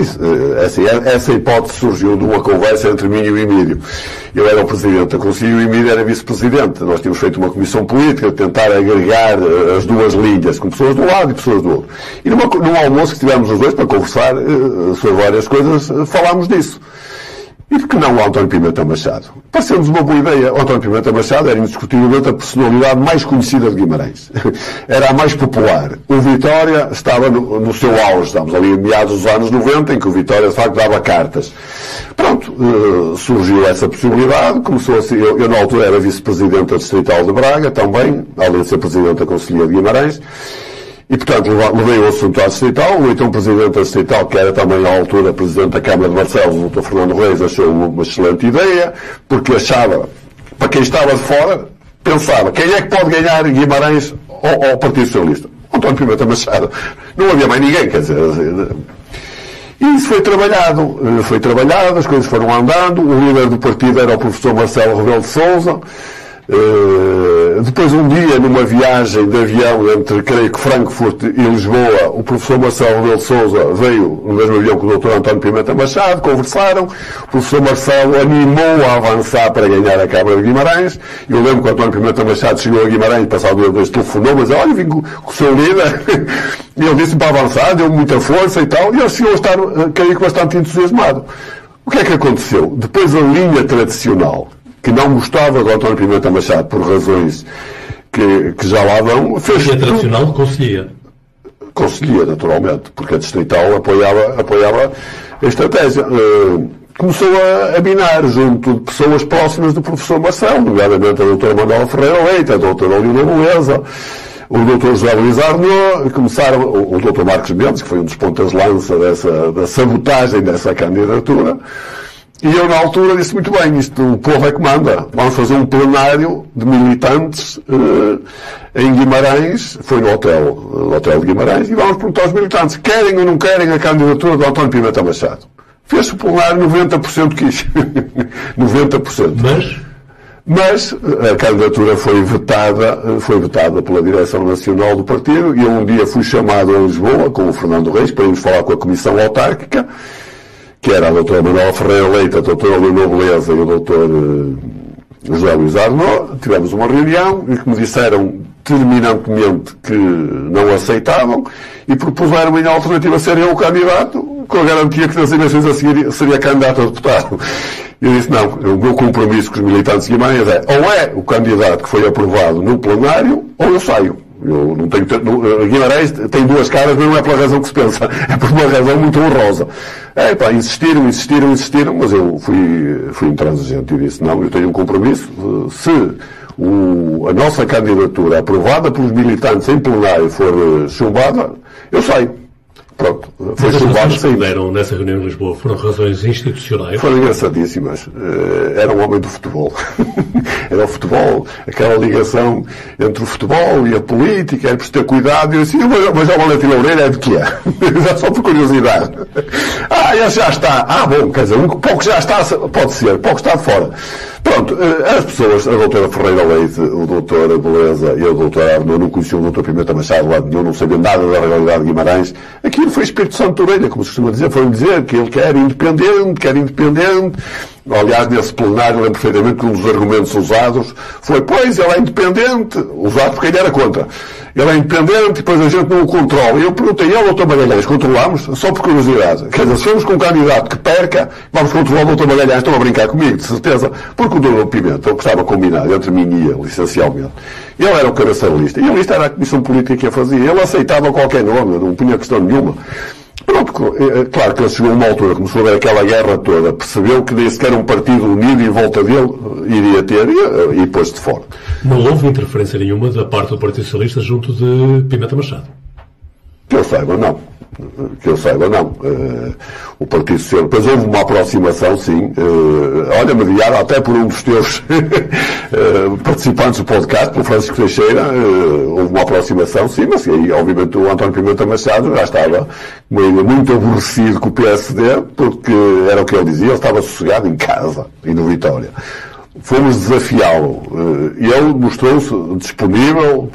B: Essa hipótese surgiu de uma conversa entre mim e o Emílio. Eu era o presidente da Conselhia e o Emílio era vice-presidente. Nós tínhamos feito uma comissão política de tentar agregar as duas linhas, com pessoas de um lado e pessoas do outro. E num almoço que tivemos os dois para conversar sobre várias coisas, falámos disso. E por que não o António Pimenta Machado? Pareceu-nos uma boa ideia. O António Pimenta Machado era indiscutivelmente a personalidade mais conhecida de Guimarães. Era a mais popular. O Vitória estava no seu auge. Estamos ali em meados dos anos 90, em que o Vitória, de facto, dava cartas. Pronto, surgiu essa possibilidade. Começou a ser, eu na altura era vice-presidente da Distrital de Braga, também, além de ser presidente da Conselhia de Guimarães. E, portanto, levei o assunto à Distrital. O então presidente da Distrital, que era também à altura presidente da Câmara de Barcelos, o Dr. Fernando Reis, achou uma excelente ideia, porque achava, para quem estava de fora, pensava, quem é que pode ganhar Guimarães ao Partido Socialista? António Pimenta Machado. Não havia mais ninguém, quer dizer. E isso foi trabalhado, as coisas foram andando. O líder do partido era o professor Marcelo Rebelo de Sousa. Depois, um dia, numa viagem de avião entre, creio que Frankfurt e Lisboa, o professor Marcelo Rebelo de Sousa veio no mesmo avião que o Dr. António Pimenta Machado, conversaram, o professor Marcelo animou a avançar para ganhar a Câmara de Guimarães. Eu lembro que o António Pimenta Machado chegou a Guimarães, passado 2 telefonou, mas olha, vim com o seu líder, e ele disse para avançar, deu muita força e tal, e ele chegou a estar, creio que bastante entusiasmado. O que é que aconteceu? Depois a linha tradicional, que não gostava do António Pimenta Machado por razões que já lá vão, fez
A: tudo. A tradicional conselhia.
B: Conselhia, naturalmente, porque a distrital apoiava a estratégia. Começou a minar junto de pessoas próximas do professor Marcelo, nomeadamente a doutora Manuela Ferreira Leite, a doutora Leonor Beleza, o Dr. José Luís Arnaud, começaram, o Dr. Marcos Mendes, que foi um dos pontas-lança da sabotagem dessa candidatura. E eu, na altura, disse, muito bem, isto o povo é que manda. Vamos fazer um plenário de militantes em Guimarães, foi no hotel de Guimarães, e vamos perguntar aos militantes, querem ou não querem a candidatura do António Pimenta Machado? Fez-se o plenário, 90% quis. 90%. Mas a candidatura foi vetada pela direção nacional do partido, e eu um dia fui chamado a Lisboa, com o Fernando Reis, para irmos falar com a Comissão Autárquica, que era a doutora Manuela Ferreira Leite, a doutora Leonor Beleza e o doutor José Luís Arnaud. Tivemos uma reunião e que me disseram terminantemente que não aceitavam e propuseram-me em alternativa ser eu o candidato, com a garantia que nas eleições a seguir seria candidato a deputado. Eu disse, não, o meu compromisso com os militantes de Guimarães é, ou é o candidato que foi aprovado no plenário, ou eu saio. Eu não tenho, Guimarães tem 2 caras, mas não é pela razão que se pensa, é por uma razão muito honrosa. Insistiram, mas eu fui intransigente e disse, não, eu tenho um compromisso, se a nossa candidatura aprovada pelos militantes em plenário for chumbada, eu saio. Pronto, foi chumbado.
A: Que deram nessa reunião em Lisboa foram razões institucionais?
B: Foram engraçadíssimas. Era um homem do futebol. Era o futebol, aquela ligação entre o futebol e a política, era preciso ter cuidado. E eu disse, mas a Valentim Loureiro é de que é? Só por curiosidade. Esse já está. Bom, quer dizer, pouco já está, pode ser, pouco está de fora. Pronto, as pessoas, a doutora Ferreira Leite, o doutor Beleza e a doutora Arnaud não conheciam o doutor Pimenta Machado lá, não sabiam nada da realidade de Guimarães. Aquilo foi Espírito Santo de orelha, como se costuma dizer, foram dizer que ele quer independente. Aliás, nesse plenário, lembro perfeitamente que um dos argumentos usados foi, pois, ele é independente, usado porque ele era contra. Ele é independente, depois a gente não o controla. E eu perguntei, eu, doutor Magalhães, controlamos? Só por curiosidade. Quer dizer, se formos com um candidato que perca, vamos controlar o doutor Magalhães. Estão a brincar comigo, de certeza. Porque o doutor Pimenta, o que estava combinado entre mim e ele, essencialmente, ele era o cabeça-lista. E a lista era a comissão política que a fazia. Ele aceitava qualquer nome, não punha questão nenhuma. Pronto, claro que ele chegou a uma altura, começou a ver aquela guerra toda, percebeu que nem sequer um partido unido em volta dele iria ter e pôs-se de fora.
A: Não houve interferência nenhuma da parte do Partido Socialista junto de Pimenta Machado?
B: Que eu saiba, não. O Partido Socialista. Depois houve uma aproximação, sim. Mediada até por um dos teus participantes do podcast, pelo Francisco Teixeira. Houve uma aproximação, sim, mas aí, obviamente, o António Pimenta Machado já estava muito aborrecido com o PSD, porque era o que ele dizia, ele estava sossegado em casa e no Vitória. Fomos desafiá-lo. E ele mostrou-se disponível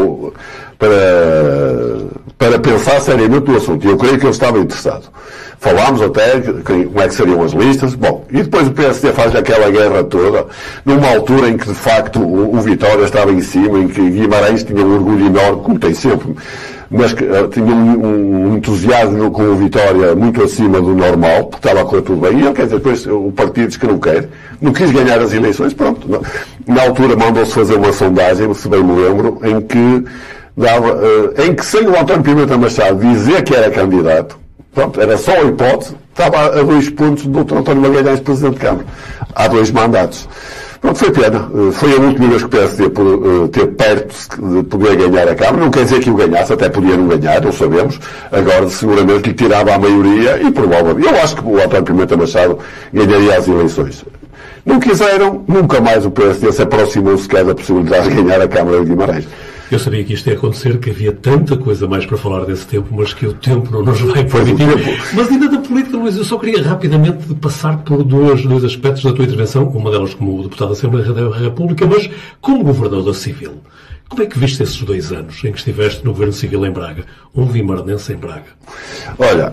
B: para pensar seriamente no assunto. E eu creio que ele estava interessado. Falámos até como é que seriam as listas. Bom, e depois o PSD faz aquela guerra toda, numa altura em que, de facto, o Vitória estava em cima, em que Guimarães tinha um orgulho enorme, como tem sempre, mas que tinha um entusiasmo com o Vitória muito acima do normal, porque estava a correr tudo bem. E ele, quer dizer, depois o partido diz que não quis ganhar as eleições, pronto. Na altura mandou-se fazer uma sondagem, se bem me lembro, em que sem o António Pimenta Machado dizer que era candidato, pronto, era só a hipótese, estava a 2 pontos do Dr. António Magalhães, Presidente de Câmara. Há 2 mandatos. Pronto, foi pena. Foi a última vez que o PSD teve perto de poder ganhar a Câmara. Não quer dizer que o ganhasse, até podia não ganhar, não sabemos. Agora, seguramente, lhe tirava a maioria e provavelmente. Eu acho que o António Pimenta Machado ganharia as eleições. Não quiseram, nunca mais o PSD se aproximou sequer da possibilidade de ganhar a Câmara de Guimarães.
A: Eu sabia que isto ia acontecer, que havia tanta coisa mais para falar desse tempo, mas que o tempo não nos vai permitir. Mas ainda da política, Luís, eu só queria rapidamente passar por dois aspectos da tua intervenção, uma delas como deputado da Assembleia da República, mas como governador civil. Como é que viste esses 2 anos em que estiveste no Governo Civil em Braga? Um vimaranense em Braga.
B: Olha,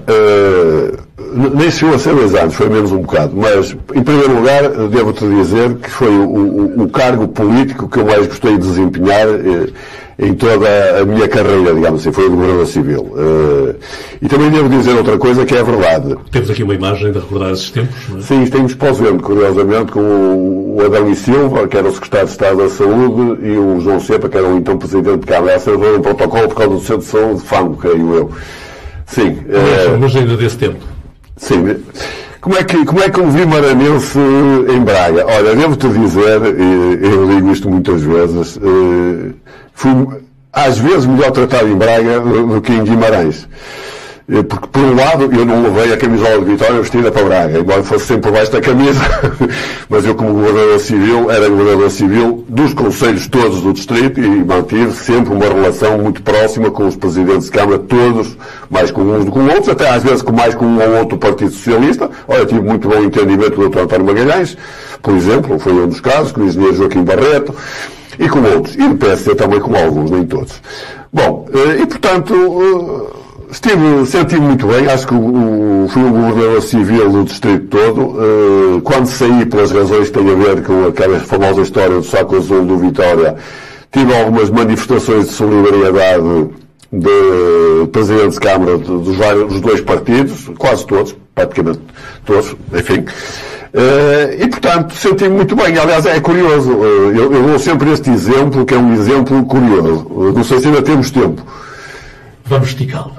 B: nem chegou a ser 2 anos, foi menos um bocado, mas, em primeiro lugar, devo-te dizer que foi o cargo político que eu mais gostei de desempenhar em toda a minha carreira, digamos assim, foi o de governador civil. E também devo dizer outra coisa que é verdade.
A: Temos aqui uma imagem de recordar esses tempos, não é?
B: Sim, temos pós-vendo, curiosamente, com o Adão e Silva, que era o secretário de Estado da Saúde, e o João Cepa, que era o então presidente de Câmara. Essa foi um protocolo por causa do Centro de Saúde de Fango, creio eu. Sim.
A: Mas ainda desse tempo.
B: Sim. Como é que um vimaranense em Braga? Olha, devo-te dizer, eu digo isto muitas vezes, fui às vezes melhor tratado em Braga do que em Guimarães. Porque, por um lado, eu não levei a camisola de Vitória vestida para Braga, embora fosse sempre por baixo da camisa, mas eu, como governador civil, era governador civil dos conselhos todos do distrito e mantive sempre uma relação muito próxima com os presidentes de Câmara, todos, mais com uns do que com outros, até às vezes mais com um ou outro Partido Socialista. Olha, tive muito bom entendimento do Dr. António Magalhães, por exemplo, foi um dos casos, com o engenheiro Joaquim Barreto, e com outros. E do PSD também com alguns, nem todos. Bom, e portanto, senti muito bem, acho que fui um governador civil do distrito todo. Quando saí, pelas razões que têm a ver com aquela famosa história do saco azul do Vitória, tive algumas manifestações de solidariedade de presidentes de Câmara dos 2 partidos, quase todos, praticamente todos, enfim. E, portanto, senti-me muito bem. Aliás, é curioso, eu dou sempre este exemplo, que é um exemplo curioso. Não sei se ainda temos tempo.
A: Vamos esticá-lo.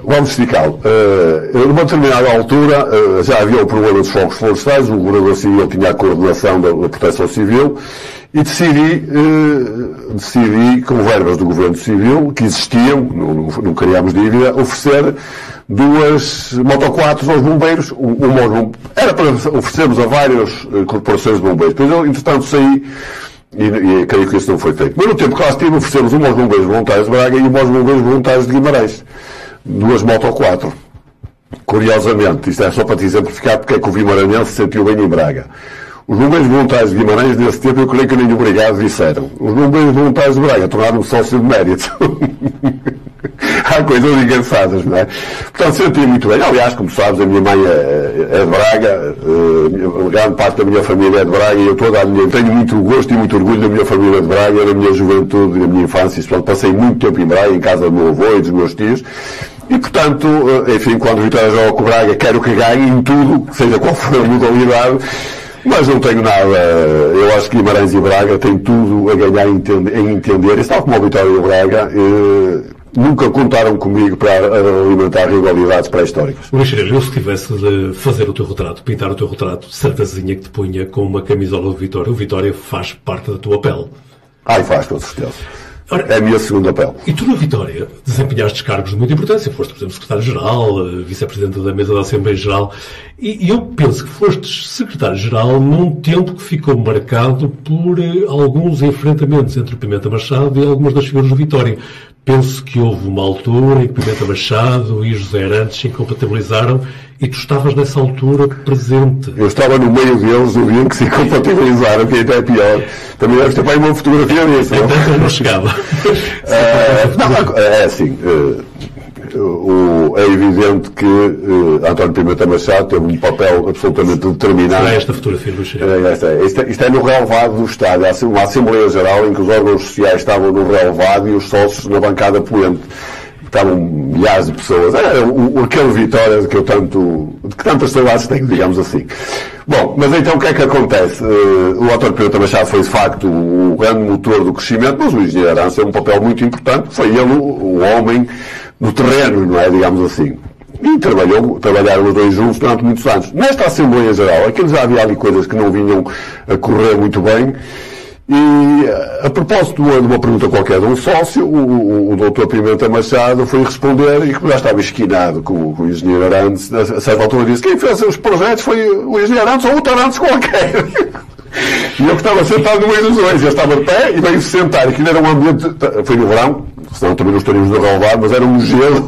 B: Numa determinada altura, já havia o problema dos fogos florestais, o governador civil tinha a coordenação da proteção civil, e decidi, com verbas do governo civil, que existiam, não criámos dívida, oferecer 2 motoquatos aos bombeiros. Era para oferecermos a várias corporações de bombeiros. Depois eu, entretanto, saí, e creio que isso não foi feito. Mas no tempo que lá estive, oferecemos um aos bombeiros voluntários de Braga e um aos bombeiros voluntários de Guimarães. 2 moto4. Curiosamente, isto é só para te exemplificar porque é que o vimaranense se sentiu bem em Braga. Os bombeiros voluntários de Guimarães, nesse tempo, eu creio que nem obrigado disseram. Os bombeiros voluntários de Braga tornaram-me sócio de mérito. Há coisas engraçadas, não é? Portanto, senti muito bem. Aliás, como sabes, a minha mãe é de Braga, grande parte da minha família é de Braga, e eu tenho muito gosto e muito orgulho da minha família de Braga, da minha juventude e da minha infância. Portanto, passei muito tempo em Braga, em casa do meu avô e dos meus tios. E, portanto, enfim, quando o Vitória joga com o Braga, quero que ganhe em tudo, seja qual for a modalidade. Mas não tenho nada, eu acho que Guimarães e Braga têm tudo a ganhar em entender, e tal como a Vitória e o Braga, nunca contaram comigo para alimentar rivalidades pré-históricas.
A: Luís Xerez, eu se tivesse de fazer o teu retrato, pintar o teu retrato, certezinha que te punha com uma camisola do Vitória, o Vitória faz parte da tua pele.
B: Faz, com certeza.
A: Ora,
B: é a minha segunda pele.
A: E tu, na Vitória, desempenhaste cargos de muita importância. Foste, por exemplo, secretário-geral, vice-presidente da mesa da Assembleia Geral. E eu penso que foste secretário-geral num tempo que ficou marcado por alguns enfrentamentos entre o Pimenta Machado e algumas das figuras do Vitória. Penso que houve uma altura em que Pimenta Machado e José Arantes se incompatibilizaram e tu estavas nessa altura presente.
B: Eu estava no meio deles no dia em que se incompatibilizaram, que ainda é pior. Também deves ter para aí uma fotografia disso, não?
A: Então eu não chegava.
B: É assim, é evidente que António Pimenta Machado teve um papel absolutamente determinante.
A: Será esta fotografia do Xerez?
B: Isto é no relevado do Estado. Há uma Assembleia Geral em que os órgãos sociais estavam no relevado e os sócios na bancada poente. Estavam milhares de pessoas. Aquele Vitória de que tantas saudades tenho, digamos assim. Bom, mas então o que é que acontece? O António Pimenta Machado foi de facto o grande motor do crescimento, mas o engenheiro Arantes tem um papel muito importante. Foi ele o homem no terreno, não é? Digamos assim. E trabalharam os dois juntos durante muitos anos. Nesta Assembleia Geral, aquilo já havia ali coisas que não vinham a correr muito bem. E, a propósito de uma pergunta qualquer de um sócio, o Dr. Pimenta Machado foi responder, e como já estava esquinado com o engenheiro Arantes, a certa altura disse: quem fez os projetos foi o engenheiro Arantes ou outro Arantes qualquer. E eu que estava sentado no meio dos dois, eu estava de pé e veio-se sentar. Aquilo era um ambiente, foi no verão, senão também não estaríamos no relevado, mas era um gelo.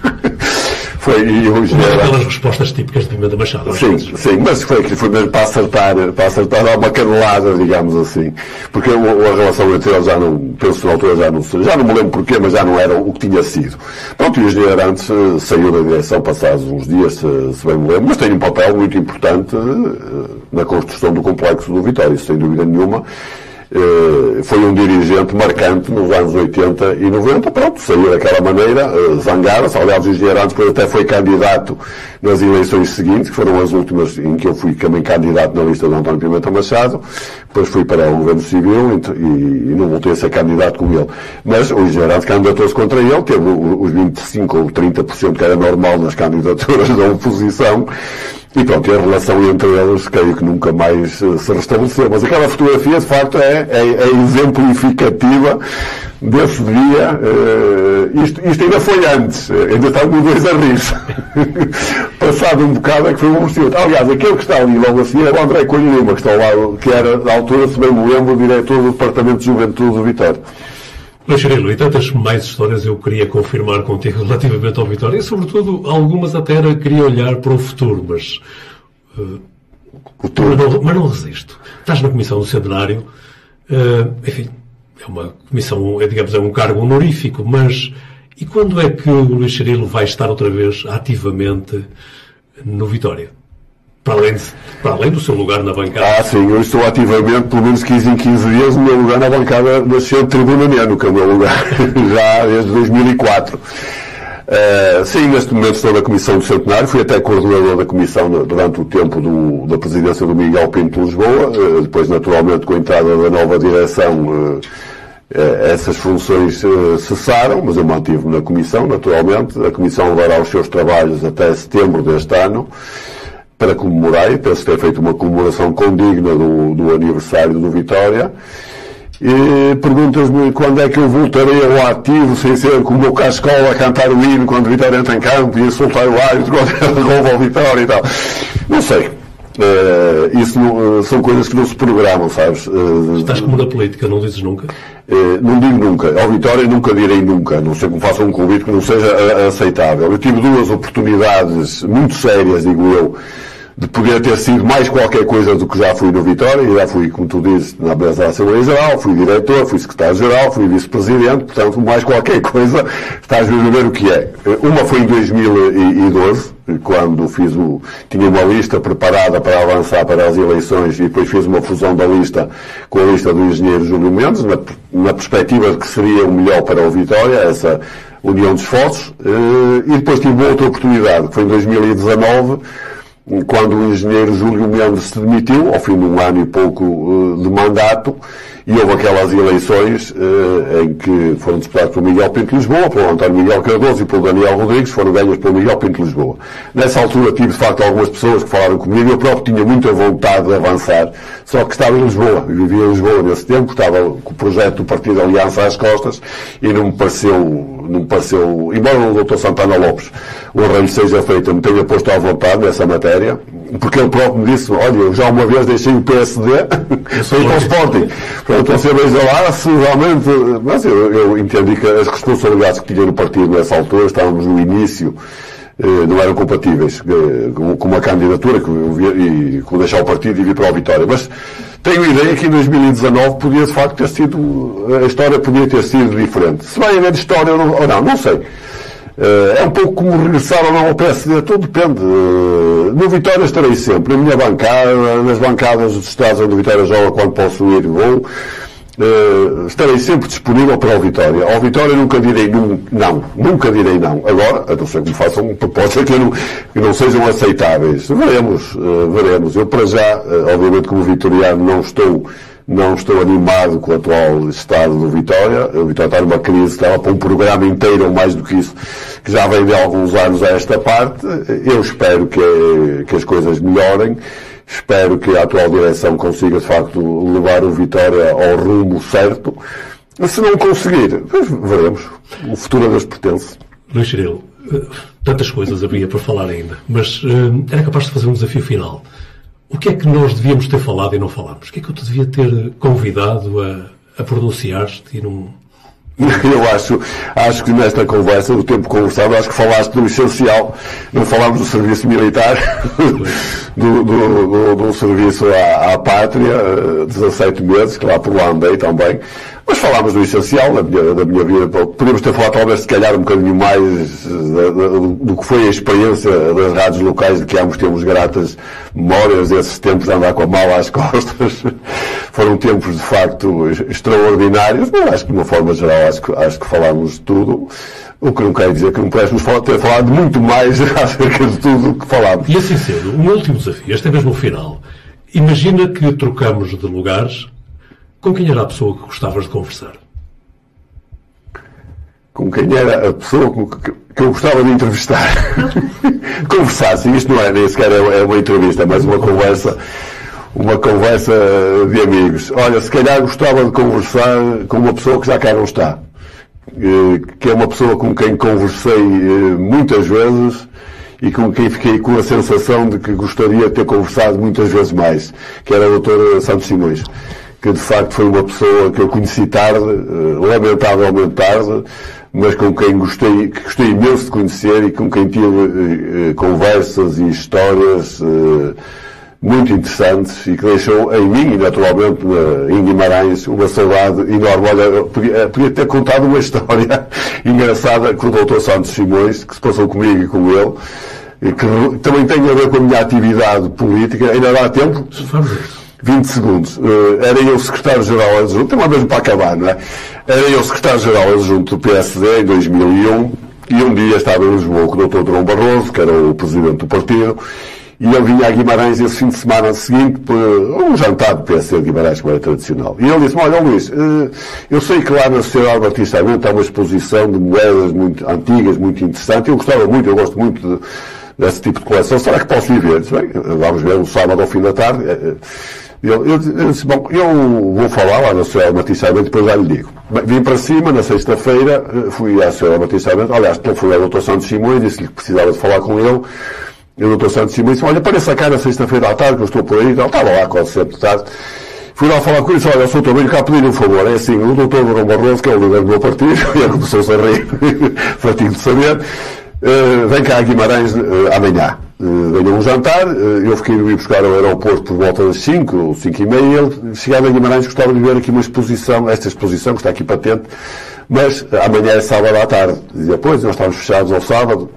A: Uma daquelas respostas típicas de Pimenta Machado.
B: Sim, mas foi mesmo para acertar dar uma canelada, digamos assim. Porque a relação entre eles já não, penso na altura, já não me lembro porquê, mas já não era o que tinha sido. Pronto, e o engenheiro Arantes saiu da direção passados uns dias, se bem me lembro, mas tem um papel muito importante na construção do complexo do Vitória, isso sem dúvida nenhuma. Foi um dirigente marcante nos anos 80 e 90, pronto, saiu daquela maneira, zangaram-se. Aliás, o engenheiro Arantes depois até foi candidato nas eleições seguintes, que foram as últimas em que eu fui também candidato na lista de António Pimenta Machado. Depois fui para o governo civil e não voltei a ser candidato com ele. Mas o engenheiro Arantes candidatou-se contra ele, teve os 25 ou 30% que era normal nas candidaturas da oposição. E pronto, e a relação entre eles, creio que nunca mais se restabeleceu. Mas aquela fotografia, de facto, é exemplificativa desse dia. Isto ainda foi antes. Ainda estavam os dois a rir. Passado um bocado é que foi um vestido. Aliás, aquele que está ali logo assim é o André Coelho Lima, que está ao lado, que era, na altura, se bem me lembro, o diretor do Departamento de Juventude do Vitória.
A: Luís Cirilo, e tantas mais histórias eu queria confirmar contigo relativamente ao Vitória, e sobretudo algumas até queria olhar para o futuro, mas não resisto. Estás na Comissão do Centenário, enfim, é uma comissão, digamos, é um cargo honorífico, mas e quando é que o Luís Cirilo vai estar outra vez ativamente no Vitória? Para além do seu lugar na bancada. Sim,
B: eu estou ativamente, pelo menos 15 em 15 dias, o meu lugar na bancada nasceu de Tribuna Neno, que é o meu lugar, já desde 2004. Sim, neste momento estou na Comissão do Centenário, fui até coordenador da Comissão durante o tempo da presidência do Miguel Pinto de Lisboa, depois naturalmente com a entrada da nova direção essas funções cessaram, mas eu mantive-me na Comissão, naturalmente. A Comissão levará os seus trabalhos até setembro deste ano, para comemorar, e penso ter feito uma comemoração condigna do aniversário do Vitória. E perguntas-me quando é que eu voltarei ao ativo, sem ser como o meu cascola a cantar o hino quando o Vitória entra em campo e a soltar o árbitro quando rouba o Vitória e tal. Não sei. Isso são coisas que não se programam, sabes?
A: Estás como na política, não dizes nunca?
B: Não digo nunca. Ao Vitória nunca direi nunca. Não sei como façam um convite que não seja aceitável. Eu tive duas oportunidades muito sérias, digo eu, de poder ter sido mais qualquer coisa do que já fui no Vitória, e já fui, como tu dizes, na mesa da Assembleia Geral, fui diretor, fui secretário-geral, fui vice-presidente, portanto, mais qualquer coisa, estás a ver o que é. Uma foi em 2012, quando tinha uma lista preparada para avançar para as eleições, e depois fiz uma fusão da lista com a lista do engenheiro Júlio Mendes, na perspectiva de que seria o melhor para o Vitória, essa união de esforços, e depois tive uma outra oportunidade, que foi em 2019, quando o engenheiro Júlio Mendes se demitiu, ao fim de um ano e pouco de mandato, e houve aquelas eleições em que foram disputadas pelo Miguel Pinto de Lisboa, pelo António Miguel Cardoso e pelo Daniel Rodrigues, foram ganhas pelo Miguel Pinto de Lisboa. Nessa altura tive, de facto, algumas pessoas que falaram comigo, eu próprio tinha muita vontade de avançar, só que estava em Lisboa, eu vivia em Lisboa nesse tempo, estava com o projeto do Partido Aliança às costas, e não me pareceu, embora o Dr. Santana Lopes, o arranjo seja feito, me tenha posto à vontade nessa matéria, porque ele próprio me disse, olha, eu já uma vez deixei o PSD para ir para o Sporting. Portanto, você veja lá se realmente... Mas eu entendi que as responsabilidades que tinha no partido nessa altura, estávamos no início, não eram compatíveis com uma candidatura e com deixar o partido e vir para a Vitória. Mas tenho a ideia que em 2019 podia de facto ter sido... A história podia ter sido diferente. Se vai haver história ou não, não sei. É um pouco como regressar ou não ao PSD, tudo depende. No Vitória estarei sempre, na minha bancada, nas bancadas dos estados onde o Vitória joga, quando posso ir e vou. Estarei sempre disponível para o Vitória. Ao Vitória nunca direi não, nunca direi não. Agora, a não ser que me façam propostas que não sejam aceitáveis. Veremos. Eu para já, obviamente como vitoriano, não estou animado com o atual estado do Vitória. O Vitória está numa crise, estava para um programa inteiro, ou mais do que isso, que já vem de alguns anos a esta parte. Eu espero que as coisas melhorem. Espero que a atual direção consiga, de facto, levar o Vitória ao rumo certo. Se não conseguir, veremos. O futuro a Deus pertence.
A: Luís Cirilo, tantas coisas havia para falar ainda, mas era capaz de fazer um desafio final. O que é que nós devíamos ter falado e não falámos? O que é que eu te devia ter convidado a pronunciar-te
B: Eu acho que nesta conversa, do tempo conversado, acho que falaste do essencial. Não falámos do serviço militar, do serviço à pátria, 17 meses, que lá por lá andei também. Mas falámos do essencial da minha vida. Podíamos ter falado, talvez, se calhar, um bocadinho mais do que foi a experiência das rádios locais, de que ambos temos gratas memórias desses tempos de andar com a mala às costas. Foram tempos, de facto, extraordinários, mas acho que, de uma forma geral, acho que falámos de tudo. O que não quer dizer que não pudéssemos ter falado muito mais acerca de tudo o que falámos.
A: E assim sendo, um último desafio, este é mesmo o final. Imagina que trocamos de lugares. Com quem era a pessoa que gostavas de conversar?
B: Com quem era a pessoa que eu gostava de entrevistar? Conversar, sim, isto não é nem sequer é uma entrevista, é mais uma conversa de amigos. Olha, se calhar gostava de conversar com uma pessoa que já cá não está. Que é uma pessoa com quem conversei muitas vezes e com quem fiquei com a sensação de que gostaria de ter conversado muitas vezes mais, que era o Dr. Santos Simões, que de facto foi uma pessoa que eu conheci tarde, lamentavelmente tarde, mas com quem gostei imenso de conhecer e com quem tive conversas e histórias muito interessantes e que deixou em mim e naturalmente em Guimarães uma saudade enorme. Olha, podia ter contado uma história engraçada com o Dr. Santos Simões, que se passou comigo e com ele, e que também tem a ver com a minha atividade política. Ainda dá tempo? 20 segundos. Era eu secretário-geral adjunto, tem uma mesmo para acabar, não é? Era eu secretário-geral adjunto do PSD em 2001 e um dia estava em Lisboa com o Dr. Durão Barroso, que era o presidente do partido, e ele vinha a Guimarães esse fim de semana seguinte para um jantar do PSD de Guimarães, como era tradicional. E ele disse-me: olha, Luís, eu sei que lá na Sociedade Batista há uma exposição de moedas muito antigas, muito interessante. Eu gosto muito desse tipo de coleção. Será que posso ir ver? Disse, bem, vamos ver um sábado ao fim da tarde. Eu disse: bom, eu vou falar lá na Sociedade Batista e depois já lhe digo. Vim para cima, na sexta-feira, fui à Sociedade Batista, aliás, fui ao Dr. Santos Simões, disse-lhe que precisava de falar com ele. E o Dr. Santos Simões disse: olha, apareça cá na sexta-feira à tarde, que eu estou por aí. Ele estava lá quase sempre de tarde. Fui lá falar com ele e disse: olha, eu sou também cá pedir um favor. É assim, o Dr. Durão Barroso, que é o líder do meu partido, e ele começou-se a rir, fartinho de saber, vem cá a Guimarães amanhã. Venha um jantar, eu fiquei a ir buscar ao aeroporto por volta das 5 ou 5:30, e ele, chegado a Guimarães, gostava de ver aqui uma exposição, esta exposição que está aqui patente, mas amanhã é sábado à tarde. Dizia: pois, nós estamos fechados ao sábado.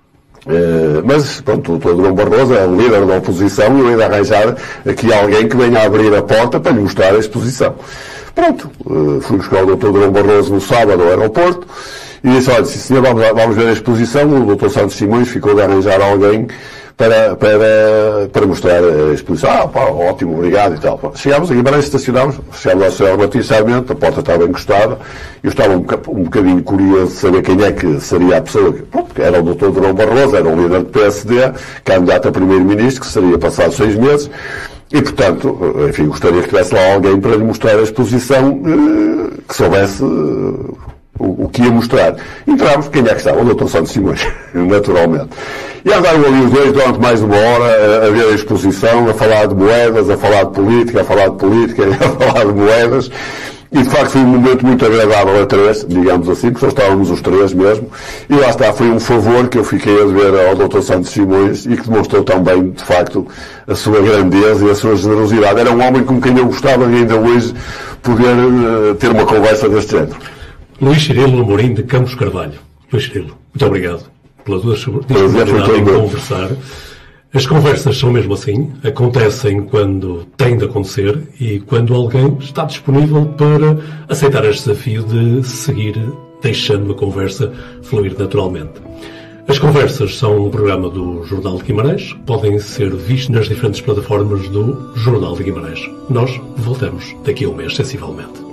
B: Mas, pronto, o Dr. Durão Barroso é o líder da oposição e eu hei de arranjar aqui alguém que venha a abrir a porta para lhe mostrar a exposição. Pronto, fui buscar o Dr. Durão Barroso no sábado ao aeroporto e disse: olha, sim senhor, vamos ver a exposição. O Dr. Santos Simões ficou de arranjar alguém para mostrar a exposição. Ótimo, obrigado e tal. Chegámos a Guimarães, estacionámos, chegámos à Sociedade Batista, a porta estava encostada, eu estava um bocadinho curioso de saber quem é que seria a pessoa, que era o Dr. Durão Barroso, era o líder do PSD, candidato a primeiro-ministro, que seria passado 6 meses, e portanto, enfim, gostaria que tivesse lá alguém para lhe mostrar a exposição, que soubesse o que ia mostrar. Entramos, quem é que estava? O Dr. Santos Simões, naturalmente. E andaram ali os dois durante mais de uma hora a ver a exposição, a falar de moedas, a falar de política, a falar de moedas. E de facto foi um momento muito agradável a três, digamos assim, porque só estávamos os três mesmo. E lá está, foi um favor que eu fiquei a dever ao Dr. Santos Simões e que demonstrou também, de facto, a sua grandeza e a sua generosidade. Era um homem com quem eu gostava de ainda hoje poder ter uma conversa deste género.
A: Luís Cirilo Amorim de Campos Carvalho. Luís Cirilo, muito obrigado pela tua disponibilidade em conversar. As conversas são mesmo assim, acontecem quando têm de acontecer e quando alguém está disponível para aceitar este desafio de seguir deixando a conversa fluir naturalmente. As conversas são um programa do Jornal de Guimarães, podem ser vistos nas diferentes plataformas do Jornal de Guimarães. Nós voltamos daqui a um mês, sensivelmente.